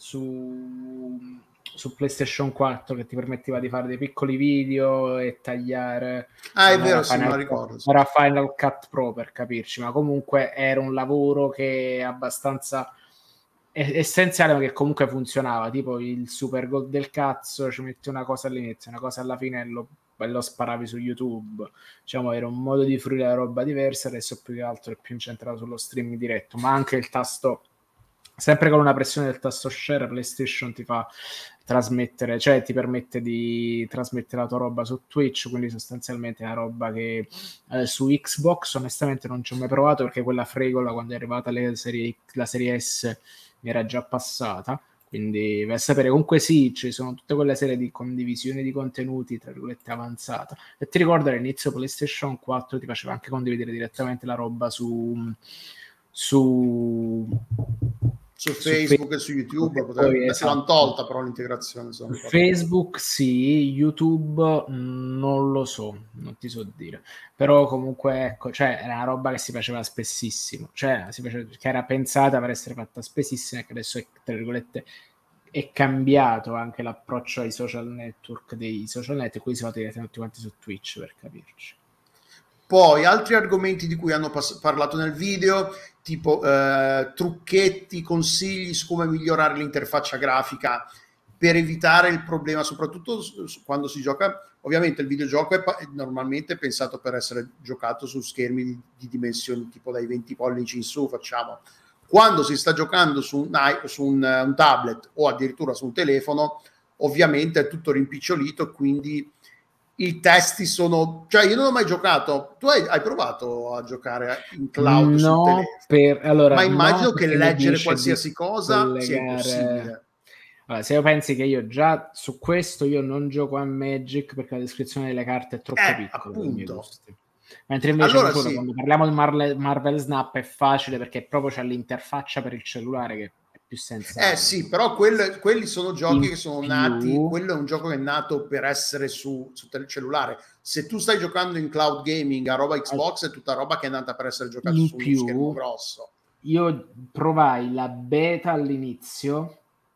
su su PlayStation quattro che ti permetteva di fare dei piccoli video e tagliare. Ah, è vero, sì, me lo ricordo. Cut, era Final Cut Pro per capirci, ma comunque era un lavoro che è abbastanza essenziale, ma che comunque funzionava, tipo il super gol del cazzo, ci metti una cosa all'inizio, una cosa alla fine e lo, e lo sparavi su YouTube. Diciamo, era un modo di fruire la roba diversa, adesso più che altro è più incentrato sullo streaming diretto, ma anche il tasto, sempre con una pressione del tasto share, PlayStation ti fa trasmettere, cioè ti permette di trasmettere la tua roba su Twitch, quindi sostanzialmente è una roba che eh, su Xbox onestamente non ci ho mai provato, perché quella fregola quando è arrivata la serie, la serie S mi era già passata, quindi per sapere. Comunque sì, ci sono tutte quelle serie di condivisioni di contenuti tra virgolette avanzata, e ti ricordo all'inizio PlayStation quattro ti faceva anche condividere direttamente la roba su su su Facebook e su YouTube, poi, esatto. l'hanno tolta però l'integrazione. Su Facebook sì, YouTube non lo so, non ti so dire, però comunque ecco, cioè era una roba che si faceva spessissimo, cioè si faceva, che era pensata per essere fatta spessissimo, e che adesso è, tra virgolette, è cambiato anche l'approccio ai social network dei social network, qui si va direttamente tutti quanti su Twitch, per capirci. Poi altri argomenti di cui hanno pas- parlato nel video, tipo eh, trucchetti, consigli su come migliorare l'interfaccia grafica per evitare il problema, soprattutto quando si gioca. Ovviamente il videogioco è, è normalmente pensato per essere giocato su schermi di, di dimensioni tipo dai venti pollici in su, facciamo. Quando si sta giocando su un, su un, un tablet o addirittura su un telefono, ovviamente è tutto rimpicciolito, quindi i testi sono... Cioè, io non ho mai giocato. Tu hai, hai provato a giocare in cloud no, sul telefono? per, allora, Ma immagino no, che leggere qualsiasi cosa collegare... sia impossibile. Allora, se io pensi che io già su questo io non gioco a Magic perché la descrizione delle carte è troppo eh, piccola per i miei gusti. Mentre invece allora, solo, sì. quando parliamo di Marle, Marvel Snap è facile perché proprio c'è l'interfaccia per il cellulare che è più sensata. Eh sì, però quelle, quelli sono giochi In che sono più... nati, quello è un gioco che è nato per essere su, su cellulare. Se tu stai giocando in cloud gaming a roba Xbox, è tutta roba che è nata per essere giocata in su più, uno schermo grosso. Io provai la beta all'inizio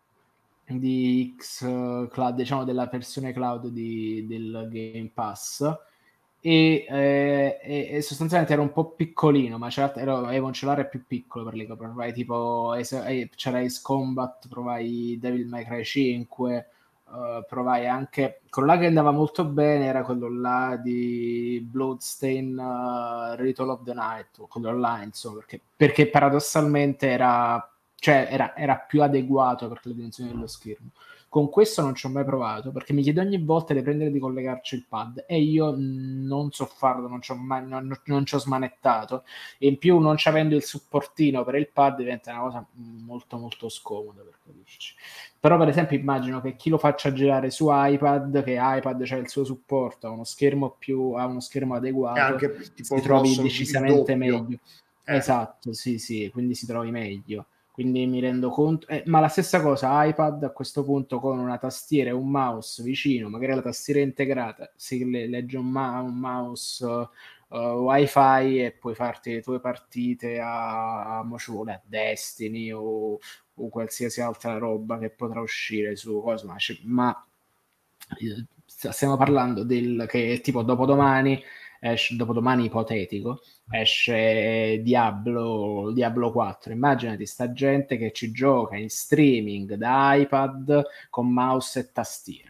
di X Cloud, diciamo della versione cloud di, del Game Pass, e, eh, e, e sostanzialmente era un po' piccolino, ma c'era, ero, avevo un cellulare più piccolo per lì, provai tipo c'era Ace Combat, provai Devil May Cry cinque, uh, provai anche quello là che andava molto bene, era quello là di Bloodstain, uh, Ritual of the Night, quello online, insomma, perché, perché paradossalmente era cioè era, era più adeguato per le dimensioni dello schermo. Con questo non ci ho mai provato, perché mi chiede ogni volta di prendere e di collegarci il pad, e io non so farlo, non ci ho, mai, non, non ci ho smanettato, e in più non avendo il supportino per il pad diventa una cosa molto molto scomoda, per capirci. Però per esempio immagino che chi lo faccia girare su iPad, che iPad c'è il suo supporto, ha uno schermo più, ha uno schermo adeguato, anche tipo si trovi grosso, decisamente doppio. meglio. Eh. Esatto, sì, sì, quindi si trovi meglio. Quindi mi rendo conto, eh, ma la stessa cosa iPad a questo punto con una tastiera e un mouse vicino, magari la tastiera integrata, si le, legge un, ma- un mouse uh, uh, wifi e puoi farti le tue partite a, a, a Destiny o, o qualsiasi altra roba che potrà uscire su Cosma, ma eh, stiamo parlando del che tipo dopodomani esce, dopodomani ipotetico, esce Diablo, Diablo quattro. Immaginati sta gente che ci gioca in streaming da iPad con mouse e tastiera.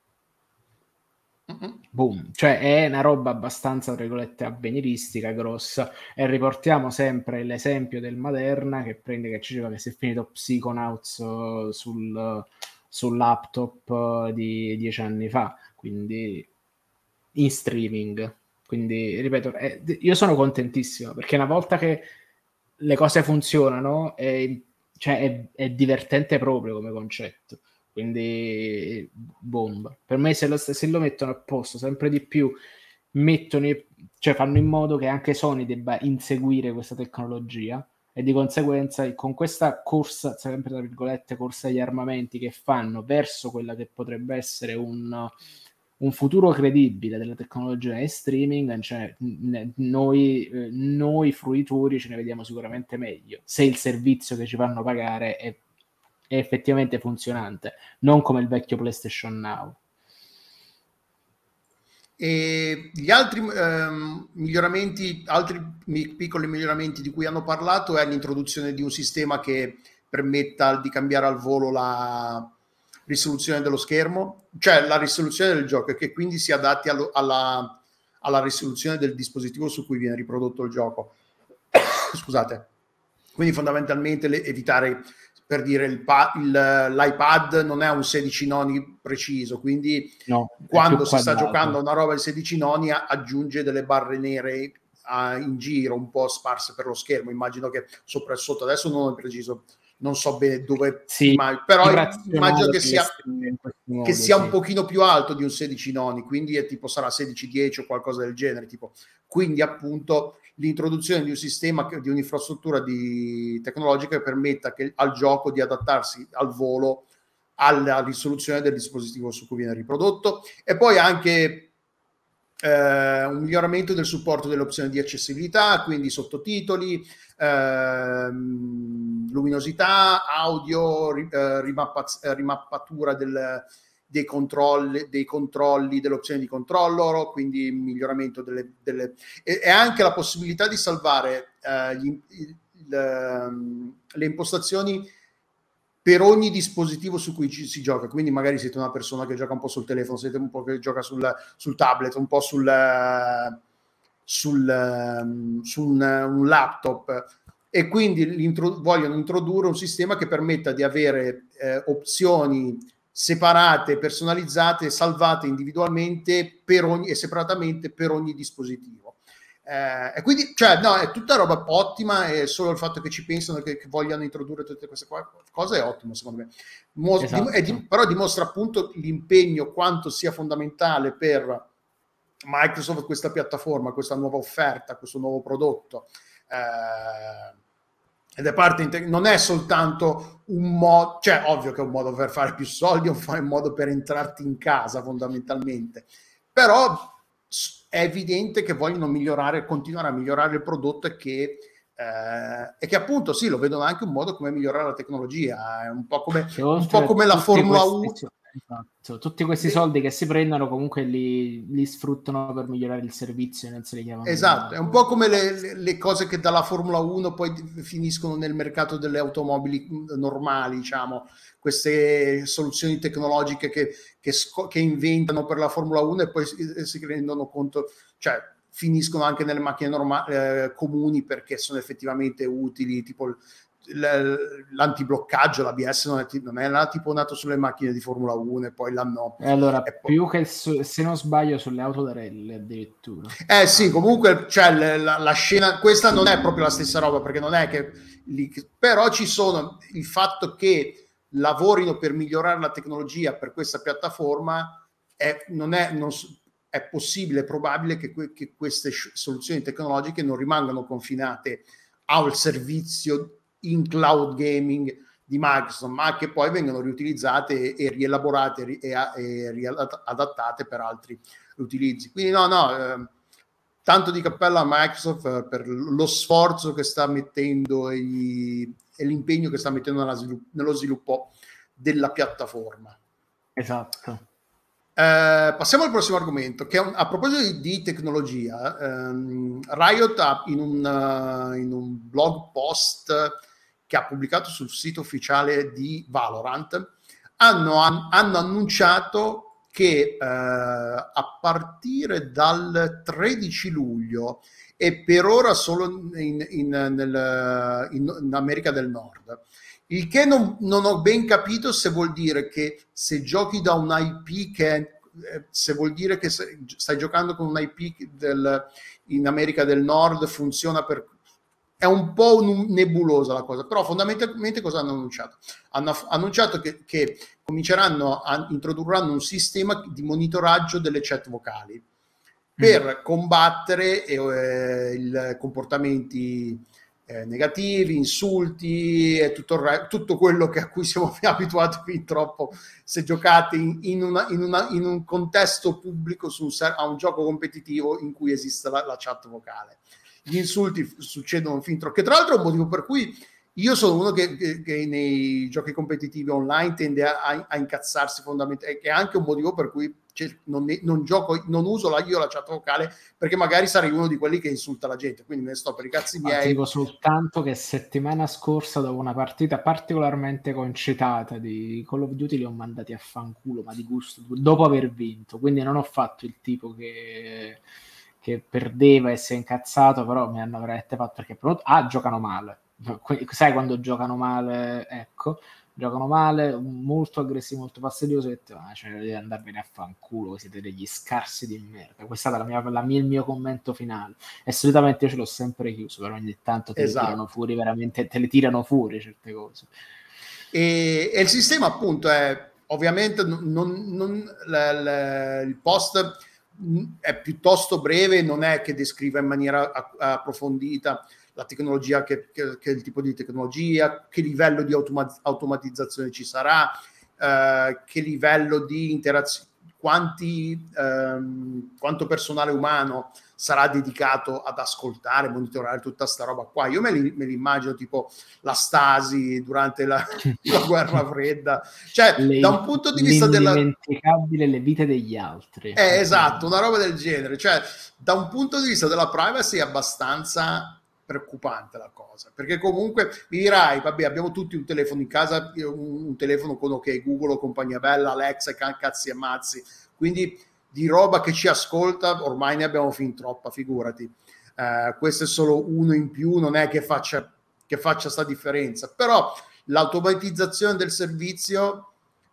Mm-hmm. Boom, cioè è una roba abbastanza, tra virgolette, avveniristica, grossa, e riportiamo sempre l'esempio del Maderna che prende, che ci diceva che si è finito Psychonauts uh, sul, sul laptop uh, di dieci anni fa, quindi in streaming. Quindi, ripeto, è, io sono contentissimo perché una volta che le cose funzionano è, cioè è, è divertente proprio come concetto. Quindi bomba. Per me se lo, se lo mettono a posto sempre di più, mettono, cioè fanno in modo che anche Sony debba inseguire questa tecnologia, e di conseguenza con questa corsa, sempre tra virgolette, corsa agli armamenti che fanno verso quella che potrebbe essere un, un futuro credibile della tecnologia e streaming, cioè noi, noi fruitori ce ne vediamo sicuramente meglio se il servizio che ci fanno pagare è è effettivamente funzionante, non come il vecchio PlayStation Now. E gli altri ehm, miglioramenti, altri piccoli miglioramenti di cui hanno parlato è l'introduzione di un sistema che permetta di cambiare al volo la risoluzione dello schermo, cioè la risoluzione del gioco, e che quindi si adatti allo, alla, alla risoluzione del dispositivo su cui viene riprodotto il gioco. Scusate. Quindi fondamentalmente le, evitare, per dire, il pa- il, l'iPad non è un sedici noni preciso, quindi no, quando si sta giocando a una roba di sedici noni aggiunge delle barre nere a, in giro, un po' sparse per lo schermo. Immagino che sopra e sotto, adesso non ho preciso, non so bene dove, sì, immagino, però immagino che sia, modo, che sia sì. un pochino più alto di un sedici noni, quindi è tipo sarà sedici dieci o qualcosa del genere, tipo. Quindi appunto l'introduzione di un sistema, di un'infrastruttura di tecnologica che permetta che, al gioco di adattarsi al volo alla risoluzione del dispositivo su cui viene riprodotto, e poi anche eh, un miglioramento del supporto delle opzioni di accessibilità, quindi sottotitoli, ehm, luminosità, audio, ri, eh, rimappa- rimappatura del dei controlli, dei controlli, delle opzioni di controllo, quindi miglioramento delle, delle e, e anche la possibilità di salvare eh, gli, il, il, le impostazioni per ogni dispositivo su cui ci si gioca, quindi magari siete una persona che gioca un po' sul telefono, siete un po' che gioca sul, sul tablet, un po' sul, sul, su un, un laptop, e quindi intro- vogliono introdurre un sistema che permetta di avere eh, opzioni separate, personalizzate, salvate individualmente per ogni, e separatamente per ogni dispositivo. Eh, e quindi, cioè, no, è tutta roba ottima, e solo il fatto che ci pensano, che, che vogliano introdurre tutte queste cose è ottimo, secondo me. Mo- Esatto. dim- dim- però dimostra appunto l'impegno, quanto sia fondamentale per Microsoft questa piattaforma, questa nuova offerta, questo nuovo prodotto. Eh, ed è parte integ- non è soltanto un modo, cioè ovvio che è un modo per fare più soldi, o un modo per entrarti in casa fondamentalmente, però è evidente che vogliono migliorare, continuare a migliorare il prodotto, e che, eh, e che appunto sì, lo vedono anche un modo come migliorare la tecnologia, è un po' come, un po' come la Formula uno. Esatto. Tutti questi soldi che si prendono comunque li, li sfruttano per migliorare il servizio, non se li chiamano. Esatto, è un po' come le, le, le cose che dalla Formula uno poi finiscono nel mercato delle automobili normali, diciamo, queste soluzioni tecnologiche che, che, che inventano per la Formula uno e poi si, si rendono conto, cioè finiscono anche nelle macchine normali, eh, comuni, perché sono effettivamente utili, tipo l'antibloccaggio, l'A B S non è, non è tipo nato sulle macchine di Formula uno e poi l'hanno... E allora, e poi... più che su, se non sbaglio sulle auto da rally addirittura. Eh sì, comunque cioè, la, la scena, questa non è proprio la stessa roba, perché non è che... Li, però ci sono il fatto che lavorino per migliorare la tecnologia per questa piattaforma, è, non è... Non, è possibile, è probabile che, que, che queste soluzioni tecnologiche non rimangano confinate al servizio in cloud gaming di Microsoft, ma che poi vengono riutilizzate e rielaborate e, e riadattate per altri utilizzi. Quindi no, no, eh, tanto di cappello a Microsoft per lo sforzo che sta mettendo e, gli, e l'impegno che sta mettendo nella svilupp- nello sviluppo della piattaforma. Esatto. Eh, passiamo al prossimo argomento, che è un, a proposito di, di tecnologia. ehm, Riot ha in un, uh, in un blog post che ha pubblicato sul sito ufficiale di Valorant, hanno, han, hanno annunciato che eh, a partire dal tredici luglio, e per ora solo in, in, nel, in, in America del Nord, il che non, non ho ben capito se vuol dire che se giochi da un I P che è, se vuol dire che se, stai giocando con un I P del, in America del Nord funziona per... È un po' nebulosa la cosa, però fondamentalmente cosa hanno annunciato? Hanno annunciato che, che cominceranno a introdurranno un sistema di monitoraggio delle chat vocali per mm. combattere eh, i comportamenti eh, negativi, insulti e tutto, il re- tutto quello che a cui siamo abituati fin troppo se giocate in, in, una, in, una, in un contesto pubblico su un ser- a un gioco competitivo in cui esiste la, la chat vocale. Gli insulti succedono fin troppo, che tra l'altro è un motivo per cui io sono uno che, che, che nei giochi competitivi online tende a, a incazzarsi fondamentalmente, che è anche un motivo per cui non, ne, non gioco, non uso la, io la chat vocale, perché magari sarei uno di quelli che insulta la gente, quindi me ne sto per i cazzi miei. Ah, ti dico soltanto che settimana scorsa, dopo una partita particolarmente concitata di Call of Duty, li ho mandati a fanculo, ma di gusto, dopo aver vinto, quindi non ho fatto il tipo che... che perdeva e si è incazzato, però mi hanno veramente fatto, perché ah, giocano male, sai quando giocano male, ecco, giocano male, molto aggressivi, molto fastidiosi, e ah, cioè, dovete andarvene a fanculo, siete degli scarsi di merda. Questa è stata la mia, la mia, il mio commento finale, e solitamente io ce l'ho sempre chiuso, però ogni tanto te esatto. le tirano fuori, veramente te le tirano fuori certe cose. E, e il sistema appunto è, ovviamente non, non la, la, il post è piuttosto breve, non è che descriva in maniera approfondita la tecnologia, che, che, che il tipo di tecnologia, che livello di automa- automatizzazione ci sarà, eh, che livello di interazione, quanti, ehm, quanto personale umano sarà dedicato ad ascoltare, monitorare tutta sta roba qua. Io me, li, me li immagino tipo la Stasi durante la, la guerra fredda, cioè le, da un punto di vista della... indimenticabile le vite degli altri. Eh, esatto, una roba del genere, cioè da un punto di vista della privacy è abbastanza preoccupante la cosa, perché comunque mi dirai, vabbè, abbiamo tutti un telefono in casa, un, un telefono con ok Google o compagnia bella, Alexa, cazzi e mazzi, quindi di roba che ci ascolta ormai ne abbiamo fin troppa, figurati. Uh, questo è solo uno in più, non è che faccia che faccia sta differenza, però l'automatizzazione del servizio,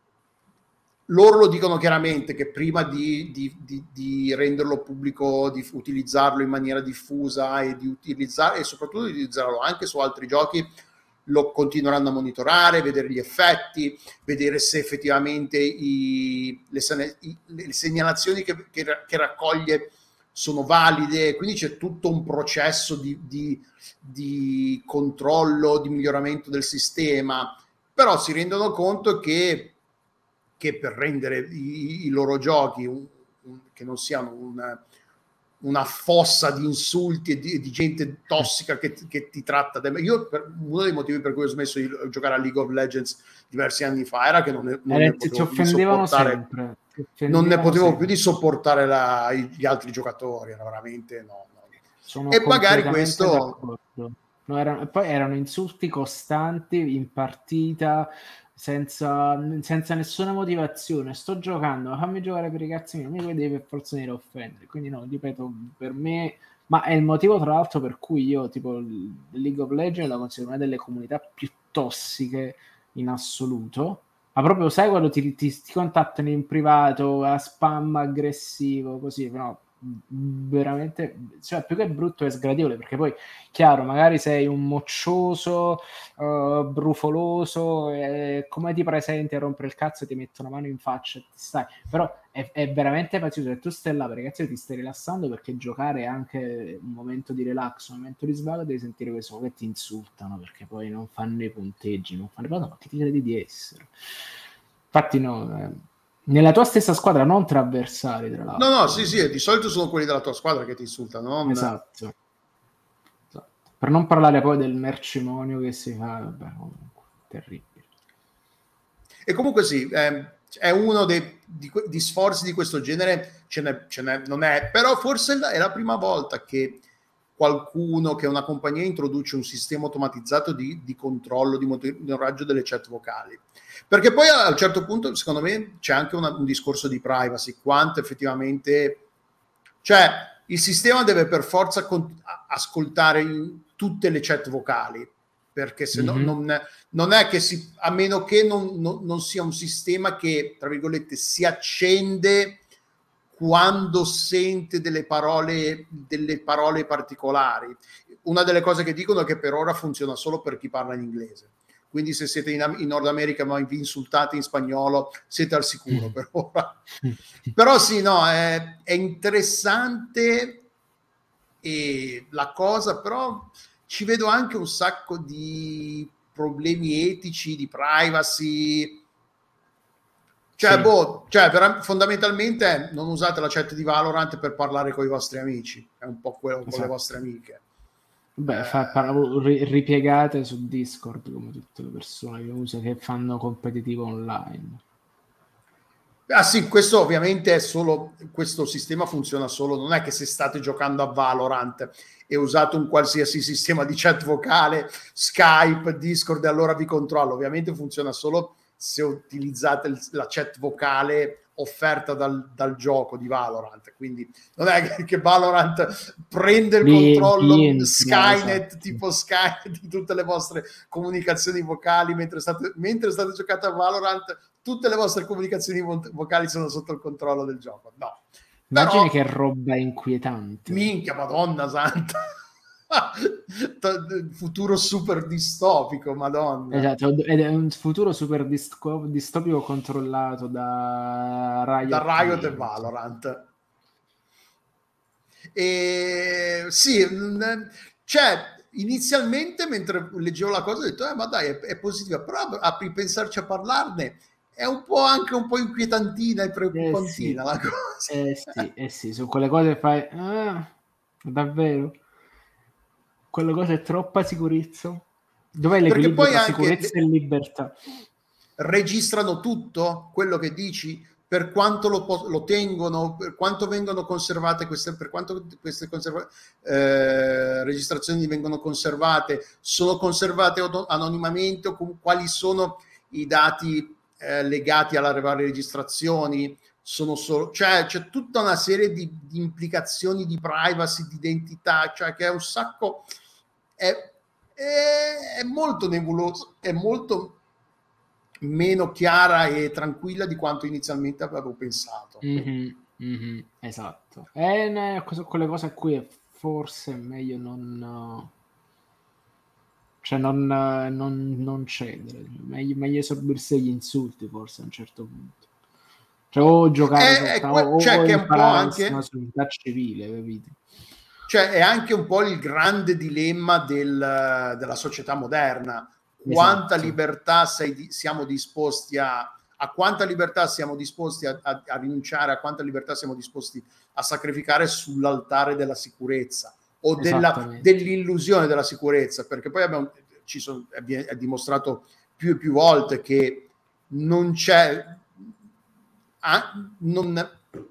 loro lo dicono chiaramente che prima di, di, di, di renderlo pubblico, di utilizzarlo in maniera diffusa e di utilizzare e soprattutto di utilizzarlo anche su altri giochi, lo continueranno a monitorare, vedere gli effetti, vedere se effettivamente i, le, i, le segnalazioni che, che, che raccoglie sono valide, quindi c'è tutto un processo di, di, di controllo, di miglioramento del sistema, però si rendono conto che, che per rendere i, i loro giochi un, un, che non siano una, una fossa di insulti e di, di gente tossica che, che ti tratta. De... Io, per, uno dei motivi per cui ho smesso di giocare a League of Legends diversi anni fa era che non ne, non eh, ne potevo più sopportare. Sempre. Non ne potevo sempre. più di sopportare la, gli altri giocatori, era veramente no. no. Sono e magari questo. No, erano, poi erano insulti costanti in partita. Senza, senza nessuna motivazione, sto giocando, fammi giocare per i cazzi miei, non mi devi per forza venire a offendere, quindi no, ripeto, per me, ma è il motivo tra l'altro per cui io tipo League of Legends la considero una delle comunità più tossiche in assoluto, ma proprio sai quando ti, ti, ti contattano in privato a spam aggressivo così, no, veramente, cioè più che brutto è sgradevole, perché poi chiaro magari sei un moccioso uh, brufoloso e come ti presenti a rompere il cazzo ti metto una mano in faccia e ti stai, però è, è veramente fastidioso e tu stai là perché cazzo ti stai rilassando, perché giocare è anche un momento di relax, un momento di svago, devi sentire questo che ti insultano perché poi non fanno i punteggi, non fanno ma che ti credi di essere? Infatti no, eh, nella tua stessa squadra, non tra avversari, tra l'altro. No, no, sì, sì, di solito sono quelli della tua squadra che ti insultano. Non... Esatto. esatto. Per non parlare poi del mercimonio che si fa, vabbè, comunque, terribile. E comunque sì, eh, è uno dei di, di sforzi di questo genere, ce n'è, ce n'è, non è, però forse è la prima volta che qualcuno, che una compagnia introduce un sistema automatizzato di, di controllo, di monitoraggio delle chat vocali. Perché poi a un certo punto, secondo me, c'è anche una, un discorso di privacy, quanto effettivamente... Cioè, il sistema deve per forza con, ascoltare tutte le chat vocali, perché se no mm-hmm. non, non è che si... a meno che non, non, non sia un sistema che, tra virgolette, si accende quando sente delle parole, delle parole particolari. Una delle cose che dicono è che per ora funziona solo per chi parla in inglese. Quindi se siete in, in Nord America ma vi insultate in spagnolo, siete al sicuro per ora. Però sì, no, è, è interessante e la cosa, però ci vedo anche un sacco di problemi etici, di privacy. Cioè, sì. boh, cioè per, fondamentalmente non usate la chat di Valorant per parlare con i vostri amici, è un po' quello con esatto. le vostre amiche. Beh, eh, fa, par- ripiegate su Discord come tutte le persone che usano, che fanno competitivo online. Ah sì, questo ovviamente è solo, questo sistema funziona solo, non è che se state giocando a Valorant e usate un qualsiasi sistema di chat vocale, Skype, Discord, e allora vi controllo. Ovviamente funziona solo se utilizzate il, la chat vocale offerta dal, dal gioco di Valorant, quindi non è che, che Valorant prende il bien, controllo bien, Skynet, esatto. tipo Skynet di tutte le vostre comunicazioni vocali mentre state, mentre state giocando a Valorant, tutte le vostre comunicazioni vo- vocali sono sotto il controllo del gioco. No. Immagini che roba inquietante. Minchia, Madonna santa. Futuro super distopico, Madonna. Esatto, ed è un futuro super disco- distopico controllato da Riot, da Riot e Valorant. E sì, cioè inizialmente mentre leggevo la cosa ho detto eh, ma dai è, è positiva, però a ripensarci a parlarne è un po' anche un po' inquietantina e preoccupantina eh sì. la cosa. Eh sì, eh sì, su quelle cose fai ah, davvero? Quella cosa è troppa sicurezza. Dov'è l'equilibrio tra sicurezza e libertà? Registrano tutto quello che dici, per quanto lo, lo tengono, per quanto vengono conservate queste, per quanto queste conserva, eh, registrazioni vengono conservate, sono conservate anonimamente o com- quali sono i dati eh, legati alle varie registrazioni, sono solo, cioè c'è tutta una serie di, di implicazioni di privacy, di identità, cioè che è un sacco, è, è, è molto nebuloso, è molto meno chiara e tranquilla di quanto inizialmente avevo pensato. Mm-hmm, mm-hmm, esatto. E ne, quelle cose a cui è forse è meglio non, cioè non, non, non cedere, meglio, meglio sorbirsi gli insulti forse a un certo punto. Cioè, o giocare è, soltanto, è que- cioè, o che è un po' anche una società civile, capito? Cioè, è anche un po' il grande dilemma del, della società moderna. Quanta Esatto. libertà sei, siamo disposti a, a quanta libertà siamo disposti a, a, a rinunciare, a quanta libertà siamo disposti a sacrificare sull'altare della sicurezza o della, dell'illusione della sicurezza, perché poi abbiamo, ci sono, è, è dimostrato più e più volte che non c'è ah, non,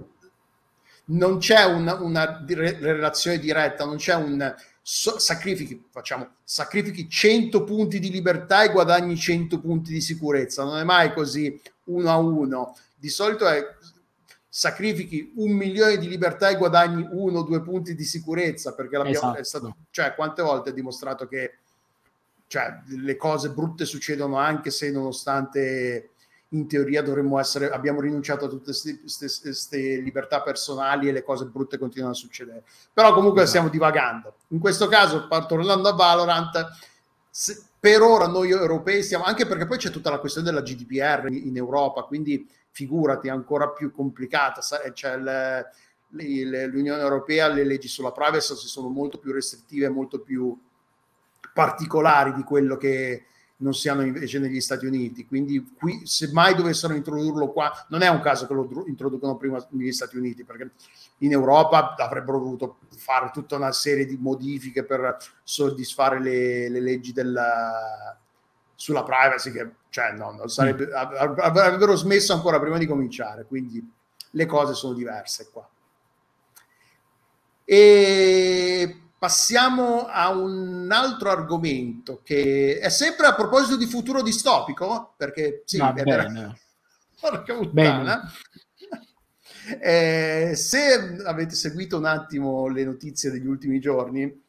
non c'è una, una relazione diretta, non c'è un so, sacrifichi, facciamo, sacrifichi cento punti di libertà e guadagni cento punti di sicurezza, non è mai così uno a uno, di solito è sacrifichi un milione di libertà e guadagni uno o due punti di sicurezza, perché l'abbiamo, esatto. è stato, cioè quante volte è dimostrato che cioè, le cose brutte succedono anche se nonostante in teoria dovremmo essere, abbiamo rinunciato a tutte queste libertà personali e le cose brutte continuano a succedere. Però comunque esatto. Stiamo divagando. In questo caso, tornando a Valorant, se, per ora noi europei stiamo, anche perché poi c'è tutta la questione della G D P R in, in Europa, quindi figurati, è ancora più complicata. C'è le, le, l'Unione Europea, le leggi sulla privacy sono molto più restrittive, molto più particolari di quello che non siano invece negli Stati Uniti, quindi qui se mai dovessero introdurlo qua, non è un caso che lo introducono prima negli Stati Uniti, perché in Europa avrebbero dovuto fare tutta una serie di modifiche per soddisfare le, le leggi della, sulla privacy, che cioè no, non sarebbe, mm. avrebbero smesso ancora prima di cominciare, quindi le cose sono diverse qua. E passiamo a un altro argomento che è sempre a proposito di futuro distopico, perché sì, Va è bene. Porca puttana. Eh, se avete seguito un attimo le notizie degli ultimi giorni, eh,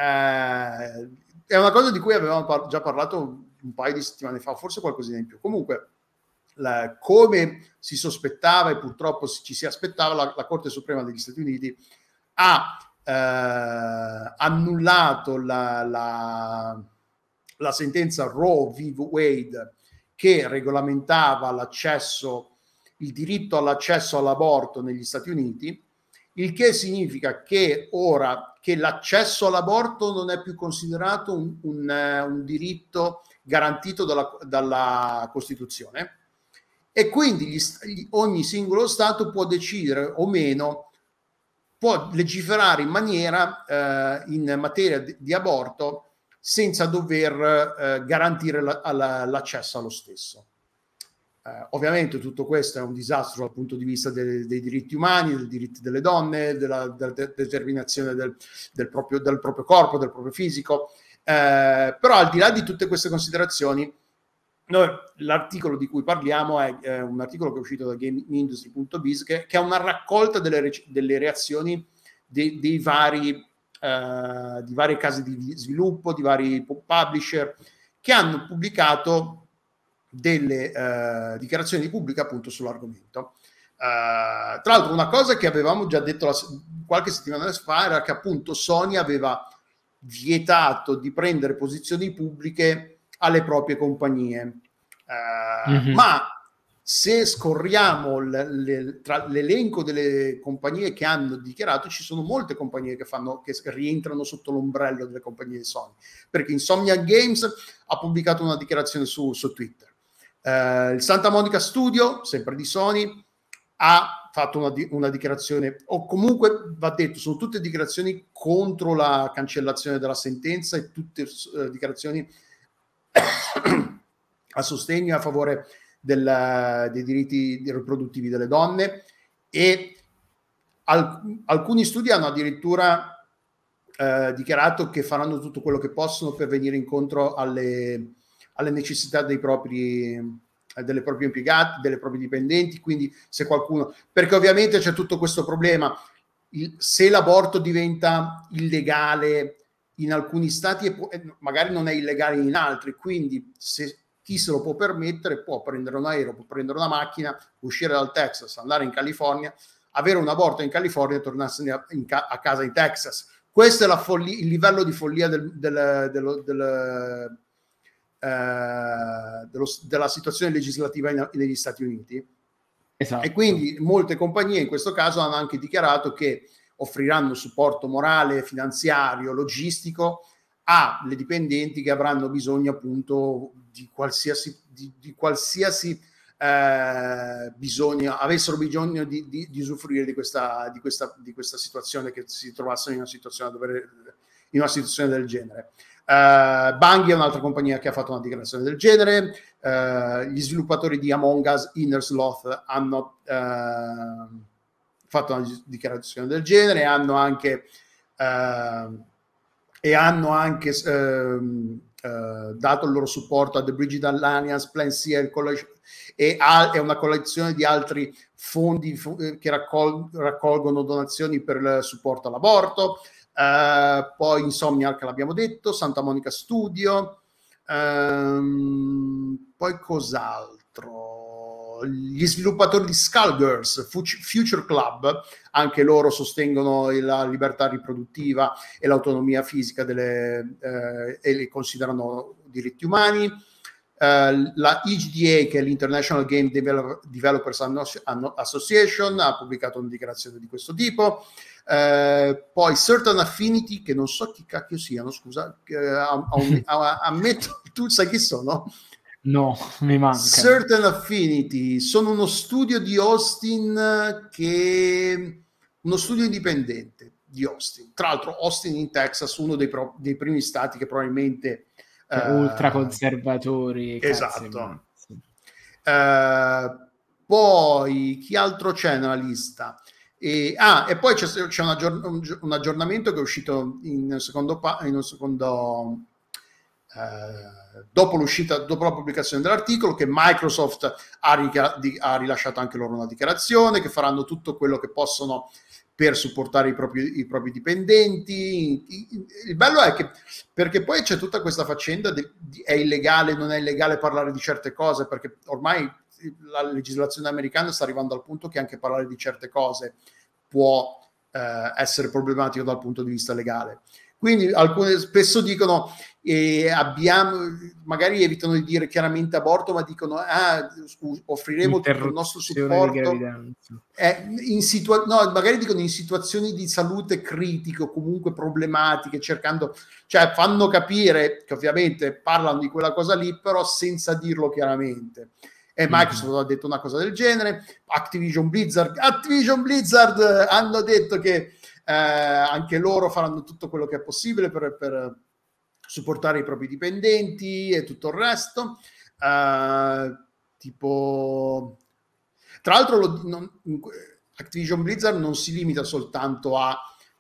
è una cosa di cui avevamo par- già parlato un paio di settimane fa, forse qualcosina in più. Comunque, la, come si sospettava e purtroppo ci si aspettava, la, la Corte Suprema degli Stati Uniti ha Eh, annullato la, la, la sentenza Roe v. Wade che regolamentava l'accesso, il diritto all'accesso all'aborto negli Stati Uniti, il che significa che ora che l'accesso all'aborto non è più considerato un, un, un diritto garantito dalla, dalla Costituzione e quindi gli, ogni singolo Stato può decidere o meno, può legiferare in maniera eh, in materia di, di aborto senza dover eh, garantire la, la, l'accesso allo stesso. Eh, ovviamente tutto questo è un disastro dal punto di vista de, dei diritti umani, dei diritti delle donne, della, della de- determinazione del, del, proprio, del proprio corpo, del proprio fisico. Eh, però al di là di tutte queste considerazioni, noi, l'articolo di cui parliamo è, è un articolo che è uscito da GameIndustry punto biz che, che è una raccolta delle, re, delle reazioni dei, dei vari uh, di varie case di sviluppo, di vari publisher che hanno pubblicato delle uh, dichiarazioni di pubblica appunto sull'argomento. Uh, tra l'altro una cosa che avevamo già detto la, qualche settimana fa era che appunto Sony aveva vietato di prendere posizioni pubbliche alle proprie compagnie. Uh, mm-hmm. Ma se scorriamo le, le, tra l'elenco delle compagnie che hanno dichiarato, ci sono molte compagnie che, fanno, che rientrano sotto l'ombrello delle compagnie di Sony, perché Insomniac Games ha pubblicato una dichiarazione su, su Twitter. Uh, il Santa Monica Studio, sempre di Sony, ha fatto una, una dichiarazione, o comunque va detto, sono tutte dichiarazioni contro la cancellazione della sentenza e tutte uh, dichiarazioni a sostegno e a favore del, dei diritti riproduttivi delle donne, e al, alcuni studi hanno addirittura eh, dichiarato che faranno tutto quello che possono per venire incontro alle, alle necessità dei propri, eh, delle proprie impiegati, delle proprie dipendenti. Quindi se qualcuno, perché ovviamente c'è tutto questo problema, il, se l'aborto diventa illegale in alcuni stati e magari non è illegale in altri, quindi se chi se lo può permettere può prendere un aereo, può prendere una macchina, uscire dal Texas, andare in California, avere un aborto in California e tornarsene a, in ca- a casa in Texas. Questo è la follia, il livello di follia del, del, del, del, eh, dello, della situazione legislativa in, negli Stati Uniti. Esatto. E quindi molte compagnie in questo caso hanno anche dichiarato che offriranno supporto morale, finanziario, logistico alle dipendenti che avranno bisogno appunto di qualsiasi, di, di qualsiasi eh, bisogno, avessero bisogno di, di, di usufruire di questa, di, questa, di questa situazione, che si trovassero in una situazione, dove, in una situazione del genere. Uh, Bungie è un'altra compagnia che ha fatto una dichiarazione del genere. Uh, gli sviluppatori di Among Us, Inner Sloth, hanno uh, fatto una dichiarazione del genere, hanno anche uh, e hanno anche uh, uh, dato il loro supporto a The Brigid Alliance, Plan C e a, è una collezione di altri fondi f- che raccol- raccolgono donazioni per il supporto all'aborto. Uh, poi Insomniac l'abbiamo detto, Santa Monica Studio, um, poi cos'altro? Gli sviluppatori di Skullgirls, Future Club, anche loro sostengono la libertà riproduttiva e l'autonomia fisica delle, eh, e li considerano diritti umani. Uh, la I G D A, che è l'International Game Develop- Developers Association, ha pubblicato una dichiarazione di questo tipo. Uh, poi Certain Affinity, che non so chi cacchio siano, scusa, uh, ammetto, tu sai chi sono? No, mi manca. Certain Affinity sono uno studio di Austin, che uno studio indipendente di Austin, tra l'altro Austin in Texas, uno dei, pro- dei primi stati che probabilmente uh, ultraconservatori. Esatto. Uh, poi chi altro c'è nella lista? E, ah, e poi c'è, c'è un, aggiorn- un aggiornamento che è uscito in secondo, pa- in un secondo eh, dopo l'uscita, dopo la pubblicazione dell'articolo, che Microsoft ha, rica- di- ha rilasciato anche loro una dichiarazione che faranno tutto quello che possono per supportare i propri, i propri dipendenti. Il bello è che, perché poi c'è tutta questa faccenda di, di è illegale, non è illegale parlare di certe cose, perché ormai la legislazione americana sta arrivando al punto che anche parlare di certe cose può eh, essere problematico dal punto di vista legale. Quindi alcune spesso dicono eh, abbiamo, magari evitano di dire chiaramente aborto, ma dicono ah, offriremo tutto il nostro supporto eh, in situa- no, magari dicono in situazioni di salute critiche o comunque problematiche, cercando, cioè fanno capire che ovviamente parlano di quella cosa lì, però senza dirlo chiaramente. E Microsoft mm-hmm. ha detto una cosa del genere. Activision Blizzard Activision Blizzard hanno detto che eh, anche loro faranno tutto quello che è possibile per, per supportare i propri dipendenti e tutto il resto. Uh, tipo, tra l'altro lo, non, Activision Blizzard non si limita soltanto a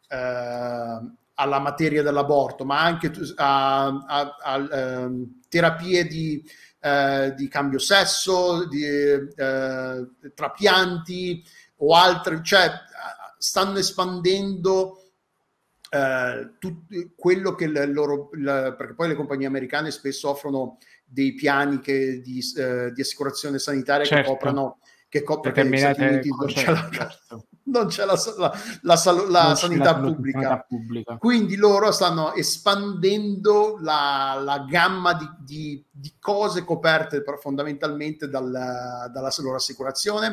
uh, alla materia dell'aborto, ma anche a, a, a, a um, terapie di Eh, di cambio sesso, di eh, trapianti o altre, cioè stanno espandendo eh, tutto quello che il loro, il, perché poi le compagnie americane spesso offrono dei piani che, di, eh, di assicurazione sanitaria certo. che coprano che copre perché negli Stati Uniti non c'è, la, certo. non c'è la, la, la, la non sanità, c'è pubblica. sanità pubblica, quindi loro stanno espandendo la, la gamma di, di, di cose coperte fondamentalmente dal, dalla loro assicurazione.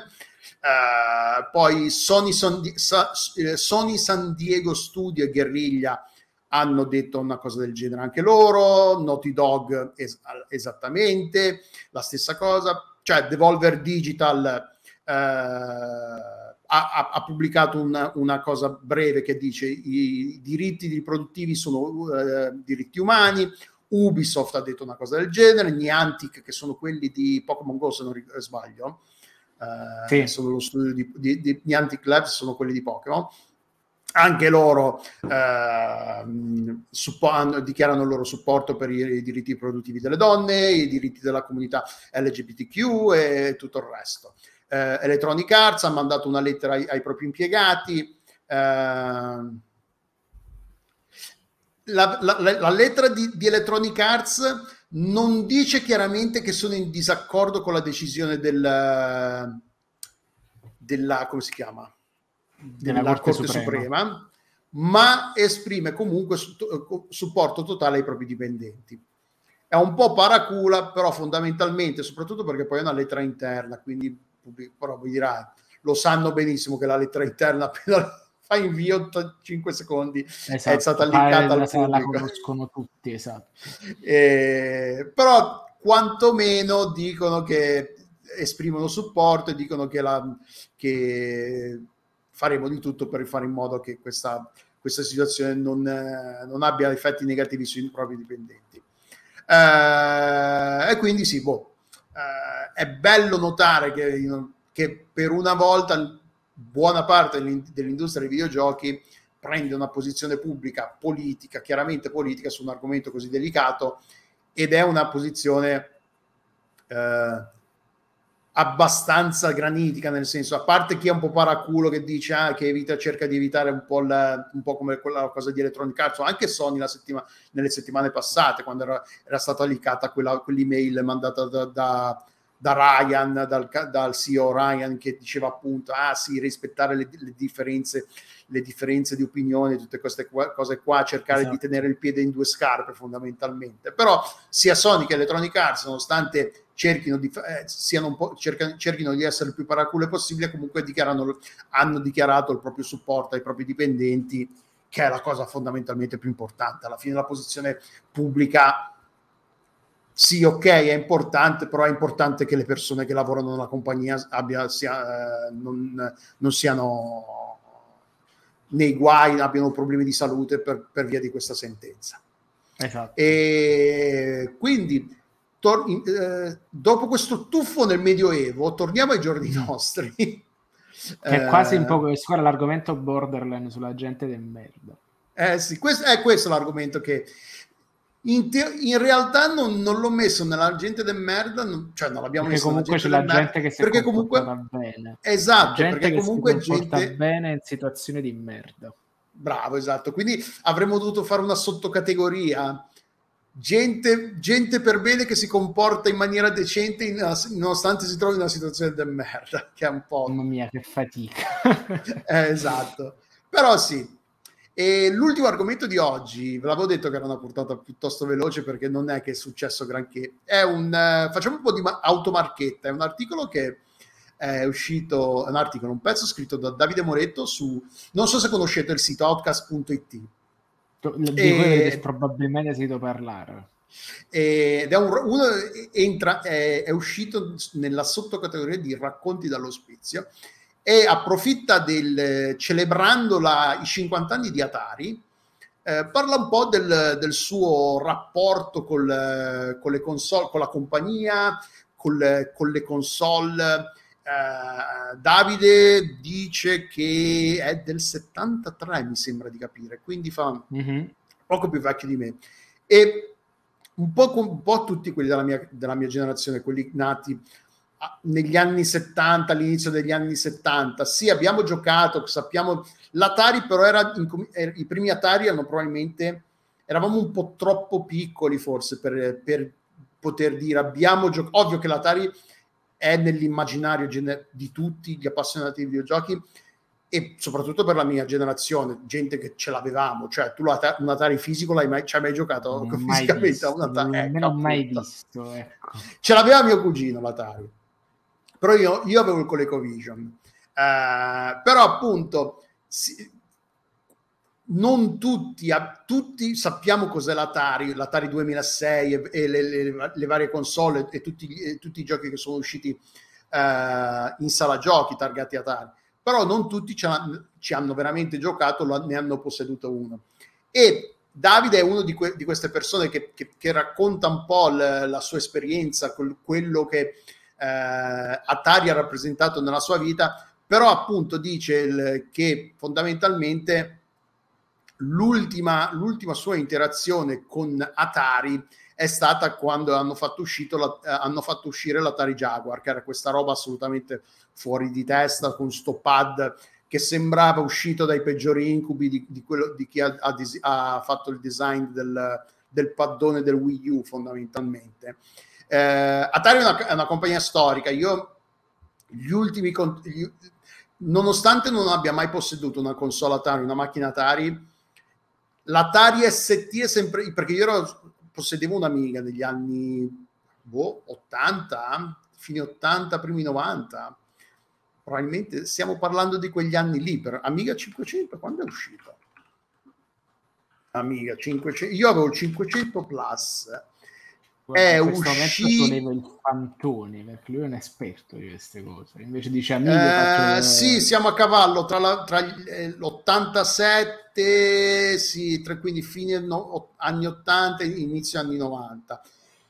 Uh, poi Sony San, Sa, Sony San Diego Studio e Guerriglia hanno detto una cosa del genere anche loro, Naughty Dog es- esattamente la stessa cosa, cioè Devolver Digital eh, ha, ha pubblicato una, una cosa breve che dice i diritti riproduttivi sono eh, diritti umani. Ubisoft ha detto una cosa del genere, Niantic, che sono quelli di Pokémon Go, se non ri- sbaglio, eh, Sì. sono lo studio di, di, di Niantic Labs, sono quelli di Pokémon, anche loro eh, suppo- hanno- dichiarano il loro supporto per i, i diritti produttivi delle donne, i diritti della comunità L G B T Q e tutto il resto. Eh, Electronic Arts ha mandato una lettera ai, ai propri impiegati. Eh, la, la, la lettera di, di Electronic Arts non dice chiaramente che sono in disaccordo con la decisione del, della, come si chiama? della, della Corte, Corte Suprema. Suprema, ma esprime comunque su, supporto totale ai propri dipendenti. È un po' paracula, però fondamentalmente, soprattutto perché poi è una lettera interna, quindi però mi dirai, lo sanno benissimo che la lettera interna appena fa invio cinque secondi esatto, è stata linkata al pubblico. La conoscono tutti, esatto. Eh, però quantomeno dicono che esprimono supporto e dicono che, la, che faremo di tutto per fare in modo che questa, questa situazione non, eh, non abbia effetti negativi sui propri dipendenti. Eh, e quindi sì, boh, eh, è bello notare che, che per una volta buona parte dell'industria dei videogiochi prende una posizione pubblica, politica, chiaramente politica, su un argomento così delicato, ed è una posizione eh, abbastanza granitica, nel senso, a parte chi è un po' paraculo che dice ah, che evita, cerca di evitare un po', la, un po' come quella cosa di Electronic Arts, anche Sony la settima, nelle settimane passate, quando era, era stata leakata quella, quell'email mandata da, da, da Ryan, dal, dal C E O Ryan, che diceva appunto ah sì, rispettare le, le differenze le differenze di opinione, tutte queste qua, cose qua, cercare esatto. di tenere il piede in due scarpe fondamentalmente. Però sia Sony che Electronic Arts, nonostante cerchino di, eh, siano un po', cercano, cerchino di essere il più paracule possibile, comunque dichiarano, hanno dichiarato il proprio supporto ai propri dipendenti, che è la cosa fondamentalmente più importante. Alla fine la posizione pubblica sì, ok, è importante, però è importante che le persone che lavorano nella compagnia abbia, sia, eh, non, non siano nei guai, abbiano problemi di salute per, per via di questa sentenza. Esatto. E quindi tor- eh, dopo questo tuffo nel Medioevo torniamo ai giorni nostri, che è quasi un po' scuola l'argomento borderline sulla gente del merda. Eh sì, questo è questo l'argomento che in, te- in realtà non, non l'ho messo nella gente del merda, non, cioè non l'abbiamo perché messo comunque nella gente c'è la del gente merda, che si perché è comportata comunque bene, esatto, gente perché che comunque si comporta gente bene in situazioni di merda. Bravo, esatto. Quindi avremmo dovuto fare una sottocategoria gente, gente per bene che si comporta in maniera decente in, nonostante si trovi in una situazione del merda, che è un po'... Mamma mia, che fatica. eh, esatto. Però sì. E l'ultimo argomento di oggi, ve l'avevo detto che era una portata piuttosto veloce perché non è che è successo granché. È un... Uh, facciamo un po' di ma- automarchetta. È un articolo che è uscito, un articolo, un pezzo scritto da Davide Moretto su... Non so se conoscete il sito outcast punto it. Di e... cui avrete probabilmente sentito parlare. Ed è, un, uno, entra, è, è uscito nella sottocategoria di racconti dall'ospizio e approfitta del celebrando la, i cinquanta anni di Atari, eh, parla un po' del, del suo rapporto col, con le console, con la compagnia, con le, con le console. Uh, Davide dice che è del settantatré, mi sembra di capire, quindi fa mm-hmm. poco più vecchio di me, e un po', un po' tutti quelli della mia, della mia generazione, quelli nati a, negli anni settanta, all'inizio degli anni settanta, sì, abbiamo giocato, sappiamo, l'Atari però era, in, er, i primi Atari erano probabilmente, eravamo un po' troppo piccoli forse per, per poter dire abbiamo giocato, ovvio che l'Atari è nell'immaginario gener- di tutti gli appassionati di videogiochi e soprattutto per la mia generazione, gente che ce l'avevamo, cioè tu un Atari fisico l'hai mai, ci hai mai giocato non fisicamente visto, a un Atari? Non, ecco, non ho mai visto, ecco. Ce l'aveva mio cugino l'Atari, però io, io avevo il ColecoVision, uh, però appunto si, non tutti, a, tutti sappiamo cos'è l'Atari, l'Atari duemilasei e, e le, le, le varie console e tutti, e tutti i giochi che sono usciti uh, in sala giochi targati Atari, però non tutti ci hanno, ci hanno veramente giocato, lo, ne hanno posseduto uno. E Davide è uno di, que- di queste persone che, che, che racconta un po' l- la sua esperienza, col- quello che eh, Atari ha rappresentato nella sua vita, però appunto dice il, che fondamentalmente l'ultima, l'ultima sua interazione con Atari è stata quando hanno fatto, uscito la, eh, hanno fatto uscire l'Atari Jaguar, che era questa roba assolutamente fuori di testa, con sto pad che sembrava uscito dai peggiori incubi di, di, quello, di chi ha, ha, ha fatto il design del, del paddone del Wii U, fondamentalmente. Eh, Atari è una, è una compagnia storica. Io gli ultimi gli, nonostante non abbia mai posseduto una console Atari, una macchina Atari, l'Atari S T è sempre, perché io ero, possedevo un'Amiga negli anni boh, ottanta, fine ottanta, primi novanta, probabilmente stiamo parlando di quegli anni lì. Per Amiga cinquecento, quando è uscito? Amiga cinquecento, io avevo il cinquecento Plus. Guarda, è in questo uscito momento il Fantoni, perché lui è un esperto di queste cose, invece dice eh, Amiga faccio... sì, siamo a cavallo tra, la, tra l'ottantasette, sì, tra, quindi fine no, anni ottanta e inizio anni novanta.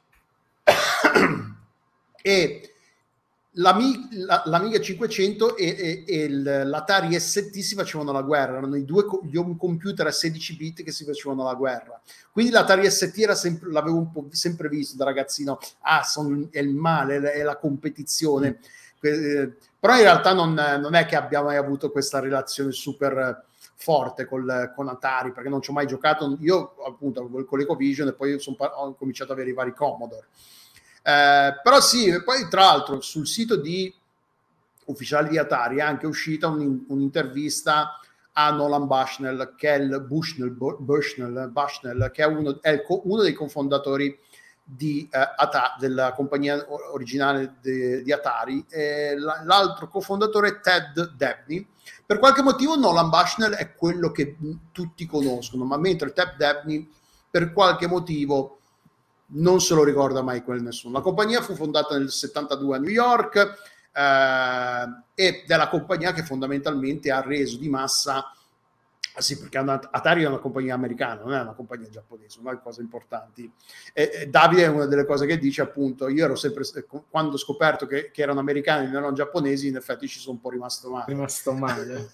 E l'Amiga, l'Amiga cinquecento e, e, e l'Atari S T si facevano la guerra, erano i due gli home computer a sedici bit che si facevano la guerra. Quindi l'Atari S T era sempre, l'avevo un po' sempre visto da ragazzino, ah, son, è il male, è la competizione. Mm. Eh, però in realtà non, non è che abbia mai avuto questa relazione super forte col, con Atari, perché non ci ho mai giocato. Io appunto avevo il ColecoVision e poi son, ho cominciato ad avere i vari Commodore. Eh, però sì, poi tra l'altro sul sito di ufficiali di Atari è anche uscita un, un'intervista a Nolan Bushnell, che è il Bushnell, Bushnell, Bushnell che è uno, è il, uno dei cofondatori di, eh, Atari, della compagnia originale de, di Atari. E l'altro cofondatore è Ted Dabney. Per qualche motivo Nolan Bushnell è quello che tutti conoscono, ma mentre Ted Dabney per qualche motivo non se lo ricorda mai quel nessuno. La compagnia fu fondata nel settantadue a New York eh, ed è la compagnia che fondamentalmente ha reso di massa, sì, perché Atari è una compagnia americana, non è una compagnia giapponese, una delle cose importanti. E, e Davide è una delle cose che dice, appunto, io ero sempre, quando ho scoperto che, che erano americani e non erano giapponesi, in effetti ci sono un po' rimasto male. Rimasto male.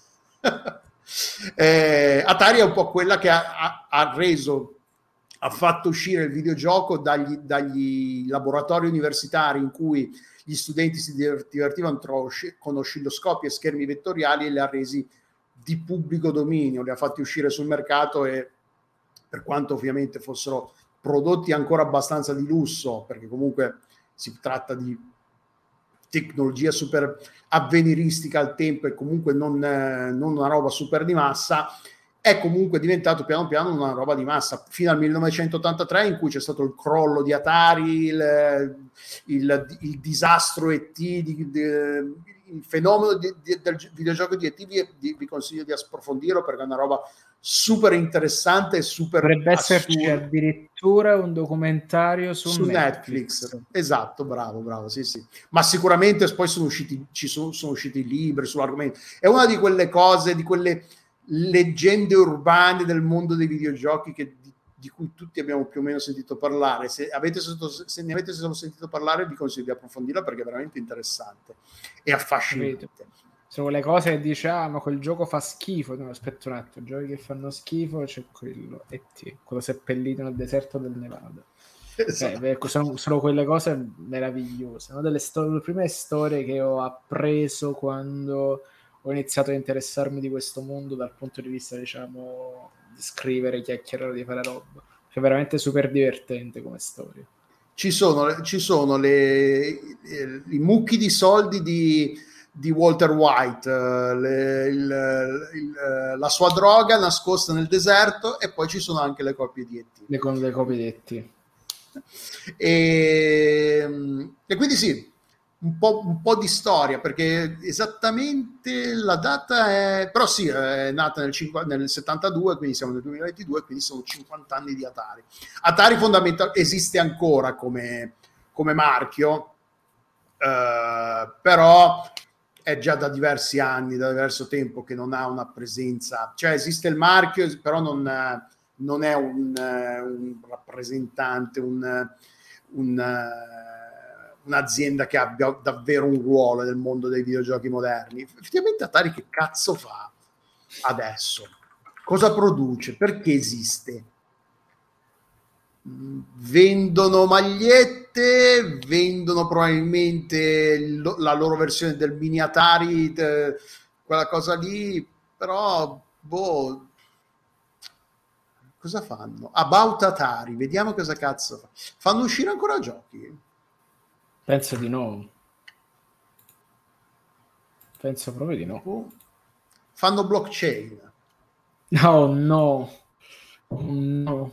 eh, Atari è un po' quella che ha, ha, ha reso ha fatto uscire il videogioco dagli, dagli laboratori universitari in cui gli studenti si divertivano con oscilloscopi e schermi vettoriali e li ha resi di pubblico dominio, li ha fatti uscire sul mercato e per quanto ovviamente fossero prodotti ancora abbastanza di lusso, perché comunque si tratta di tecnologia super avveniristica al tempo e comunque non, non una roba super di massa, è comunque diventato piano piano una roba di massa, fino al millenovecentottantatré in cui c'è stato il crollo di Atari, il, il, il disastro E T, di, di, il fenomeno di, di, del videogioco di E T, vi, di, vi consiglio di approfondirlo perché è una roba super interessante e super dovrebbe esserci assurda. Addirittura un documentario su, su Netflix. Netflix. Esatto, bravo, bravo, sì, sì. Ma sicuramente poi sono usciti, ci sono, sono usciti libri sull'argomento. È una di quelle cose, di quelle leggende urbane del mondo dei videogiochi che, di, di cui tutti abbiamo più o meno sentito parlare. Se, avete, se ne avete sentito parlare, vi consiglio di approfondirla perché è veramente interessante e affascinante. Sono quelle cose che dice, ah, ma quel gioco fa schifo. No, aspetta un attimo, giochi che fanno schifo, c'è quello, e ti, quello seppellito nel deserto del Nevada. Esatto. Eh, sono, sono quelle cose meravigliose, no? Delle storie, le prime storie che ho appreso quando ho iniziato a interessarmi di questo mondo dal punto di vista, diciamo, di scrivere, chiacchierare, di fare roba. È veramente super divertente come storia. Ci sono, ci sono le, i mucchi di soldi di, di Walter White, le, il, il, la sua droga nascosta nel deserto e poi ci sono anche le copie di E T. Le, con le copie di E T. E, e quindi sì, un po', un po' di storia, perché esattamente la data è, però sì, è nata nel, cinquanta, nel settantadue, quindi siamo nel duemilaventidue, quindi sono cinquanta anni di Atari. Atari fondamentalmente esiste ancora come, come marchio, eh, però è già da diversi anni, da diverso tempo che non ha una presenza, cioè esiste il marchio, però non, non è un, un rappresentante, un, un, un'azienda che abbia davvero un ruolo nel mondo dei videogiochi moderni. Effettivamente Atari che cazzo fa adesso? Cosa produce? Perché esiste? Vendono magliette, vendono probabilmente lo, la loro versione del mini Atari, te, quella cosa lì, però boh, cosa fanno? About Atari, vediamo cosa cazzo fa. Fanno uscire ancora giochi? Penso di no. Penso proprio di no. Oh. Fanno blockchain? No, no. No.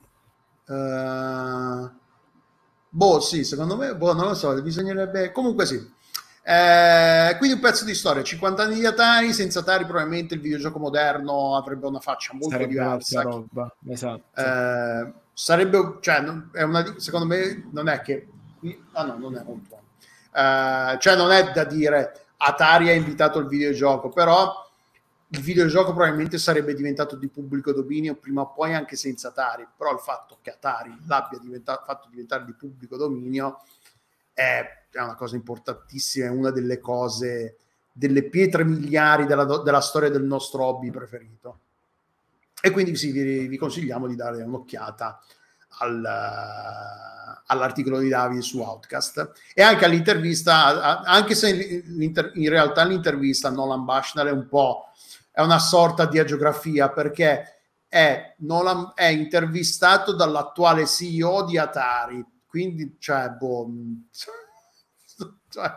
Uh, boh, sì, secondo me, boh, non lo so, bisognerebbe. Comunque, sì. Eh, quindi un pezzo di storia: cinquanta anni di Atari. Senza Atari, probabilmente il videogioco moderno avrebbe una faccia molto sarebbe diversa. Roba. Esatto. Eh, sarebbe, cioè, è una, secondo me, non è che. Ah, no, non è molto buono. Eh, cioè, non è da dire Atari ha invitato il videogioco, però il videogioco probabilmente sarebbe diventato di pubblico dominio prima o poi anche senza Atari, però il fatto che Atari l'abbia diventato, fatto diventare di pubblico dominio è, è una cosa importantissima, è una delle cose, delle pietre miliari della, della storia del nostro hobby preferito. E quindi sì, vi, vi consigliamo di dare un'occhiata al, all'articolo di Davide su Outcast e anche all'intervista, anche se in realtà l'intervista a Nolan Bushnell è un po' è una sorta di agiografia, perché è, Nolan è intervistato dall'attuale C E O di Atari, quindi cioè, boh, cioè,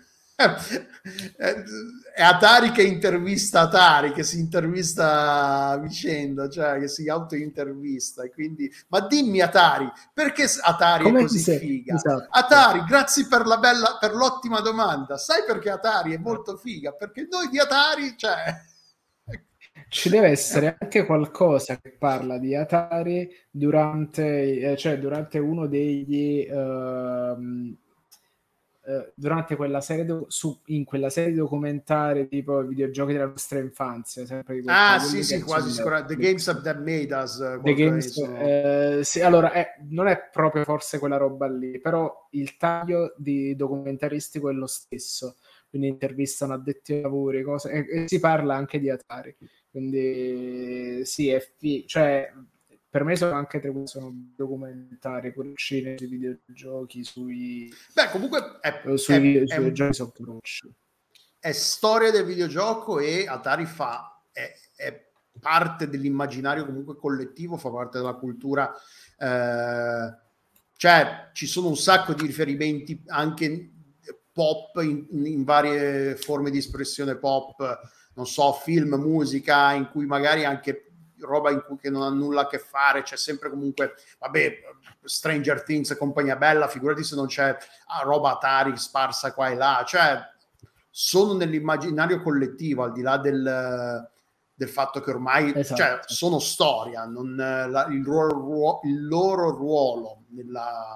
è Atari che intervista Atari, che si intervista a vicenda, cioè che si autointervista, e quindi, ma dimmi Atari, perché Atari come è così sei? figa? Esatto. Atari, grazie per la bella, per l'ottima domanda. Sai perché Atari è molto figa? Perché noi di Atari, cioè ci deve essere anche qualcosa che parla di Atari durante, eh, cioè durante uno degli uh, uh, durante quella serie do- su, in quella serie documentari tipo videogiochi della nostra infanzia, sempre di ah sì sì quasi sicuramente The Games That Made Us, The Games, eh, sì, allora eh, non è proprio forse quella roba lì, però il taglio di documentaristico è lo stesso, quindi intervistano addetti ai lavori, cose, e, e si parla anche di Atari. Quindi sì, è fi- cioè per me sono anche tre sono documentari, pure cinema, sui videogiochi, sui beh comunque è, eh, sui, è, video, è, sui videogiochi sono conosciuti. È storia del videogioco e Atari fa è, è parte dell'immaginario comunque collettivo, fa parte della cultura, eh, cioè ci sono un sacco di riferimenti anche pop in, in varie forme di espressione pop, non so, film, musica, in cui magari anche roba in cui che non ha nulla a che fare, c'è sempre comunque, vabbè, Stranger Things e compagnia bella, figurati se non c'è ah, roba Atari sparsa qua e là, cioè sono nell'immaginario collettivo, al di là del, del fatto che ormai esatto. Cioè, sono storia, non, la, il, ruolo, il loro ruolo nel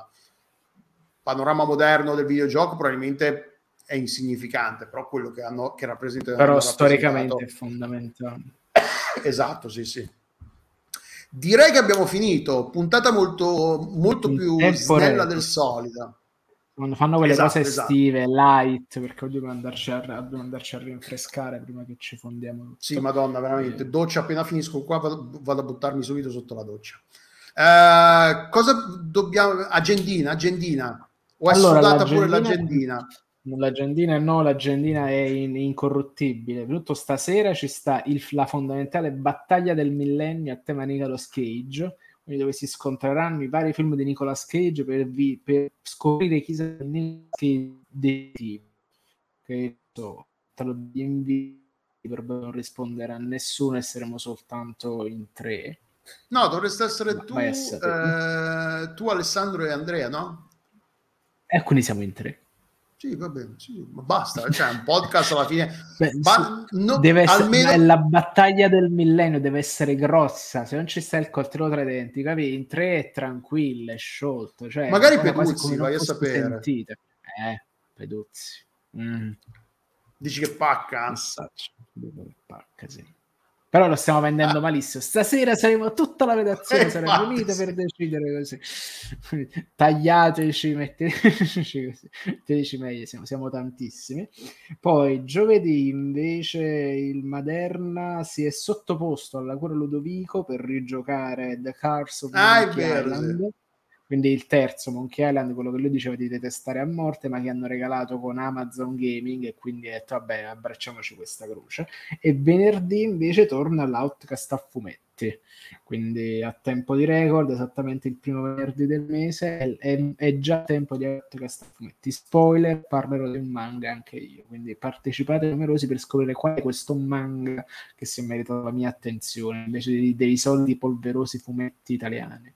panorama moderno del videogioco probabilmente è insignificante, però quello che hanno che rappresentano però storicamente è fondamentale. Esatto, sì sì. Direi che abbiamo finito, puntata molto molto in più snella del solito. Quando fanno quelle esatto, cose esatto. estive, light, perché dobbiamo andarci a, dobbiamo andarci a rinfrescare prima che ci fondiamo tutto. Sì, madonna, veramente. Doccia, appena finisco qua vado, vado a buttarmi subito sotto la doccia. Eh, cosa dobbiamo... Agendina, agendina. O è allora, sudata l'agendina, pure l'agendina? L'agendina no, l'agendina è in, incorruttibile. Tutto stasera ci sta il, la fondamentale battaglia del millennio a tema Nicolas Cage, dove si scontreranno i vari film di Nicolas Cage per, vi, per scoprire chi sarà il Nicolas Cage dei team. Che so, te lo invito per non rispondere a nessuno e saremo soltanto in tre. No, dovreste essere Ma tu, eh, tu, Alessandro e Andrea, no? E quindi siamo in tre. Sì, va bene, sì, ma basta, cioè un podcast alla fine Beh, ba- sì, no, deve essere, almeno... la battaglia del millennio deve essere grossa, se non ci sta il coltello tra i denti, capi? In tre è tranquilla, è sciolto, cioè magari Peduzzi, vai a sapere. Sentite. Eh, Peduzzi. Mm. Dici che pacca? Che pacca, sì. Però lo stiamo vendendo malissimo. Stasera saremo tutta la redazione, Eh, sarà infatti, riunita sì. per decidere così. Tagliateci, metteteci così. Metteteci meglio, siamo, siamo tantissimi. Poi giovedì invece il Maderna si è sottoposto alla cura Ludovico per rigiocare The Curse of Ah, è Monkey vero, Island. sì. Quindi il terzo Monkey Island, quello che lui diceva di detestare a morte, ma che hanno regalato con Amazon Gaming, e quindi ha detto vabbè, abbracciamoci questa croce. E venerdì invece torna l'Outcast a fumetti, quindi a tempo di record, esattamente il primo venerdì del mese, è, è, è già tempo di Outcast a fumetti. Spoiler, parlerò di un manga anche io, quindi partecipate numerosi per scoprire qual è questo manga che si è meritato la mia attenzione, invece di, dei soliti polverosi fumetti italiani.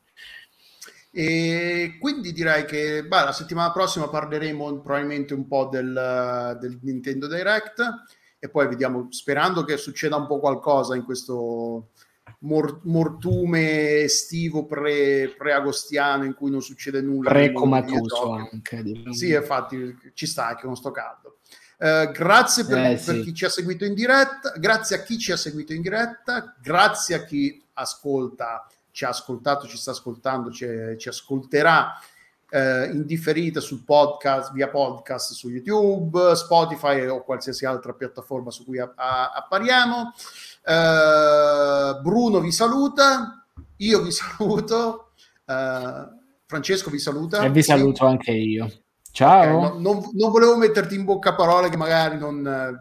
E quindi direi che bah, la settimana prossima parleremo probabilmente un po' del, del Nintendo Direct e poi vediamo, sperando che succeda un po' qualcosa in questo mor- mortume estivo pre- pre-agostiano in cui non succede nulla nel mondo dei Pre-comatoso videogiochi. anche, diciamo. Sì, infatti ci sta anche con sto caldo. Uh, grazie per, Eh, per sì. chi ci ha seguito in diretta, grazie a chi ci ha seguito in diretta, grazie a chi ascolta, ci ha ascoltato, ci sta ascoltando, ci, ci ascolterà uh, in differita sul podcast, via podcast su YouTube, Spotify o qualsiasi altra piattaforma su cui a, a, appariamo. Uh, Bruno vi saluta, io vi saluto, Francesco vi saluta. E vi sì? saluto anche io. Ciao. Okay, no, non, non volevo metterti in bocca parole che magari non...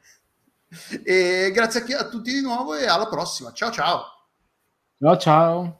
E grazie a, chi, a tutti di nuovo e alla prossima. Ciao ciao. Ciao ciao.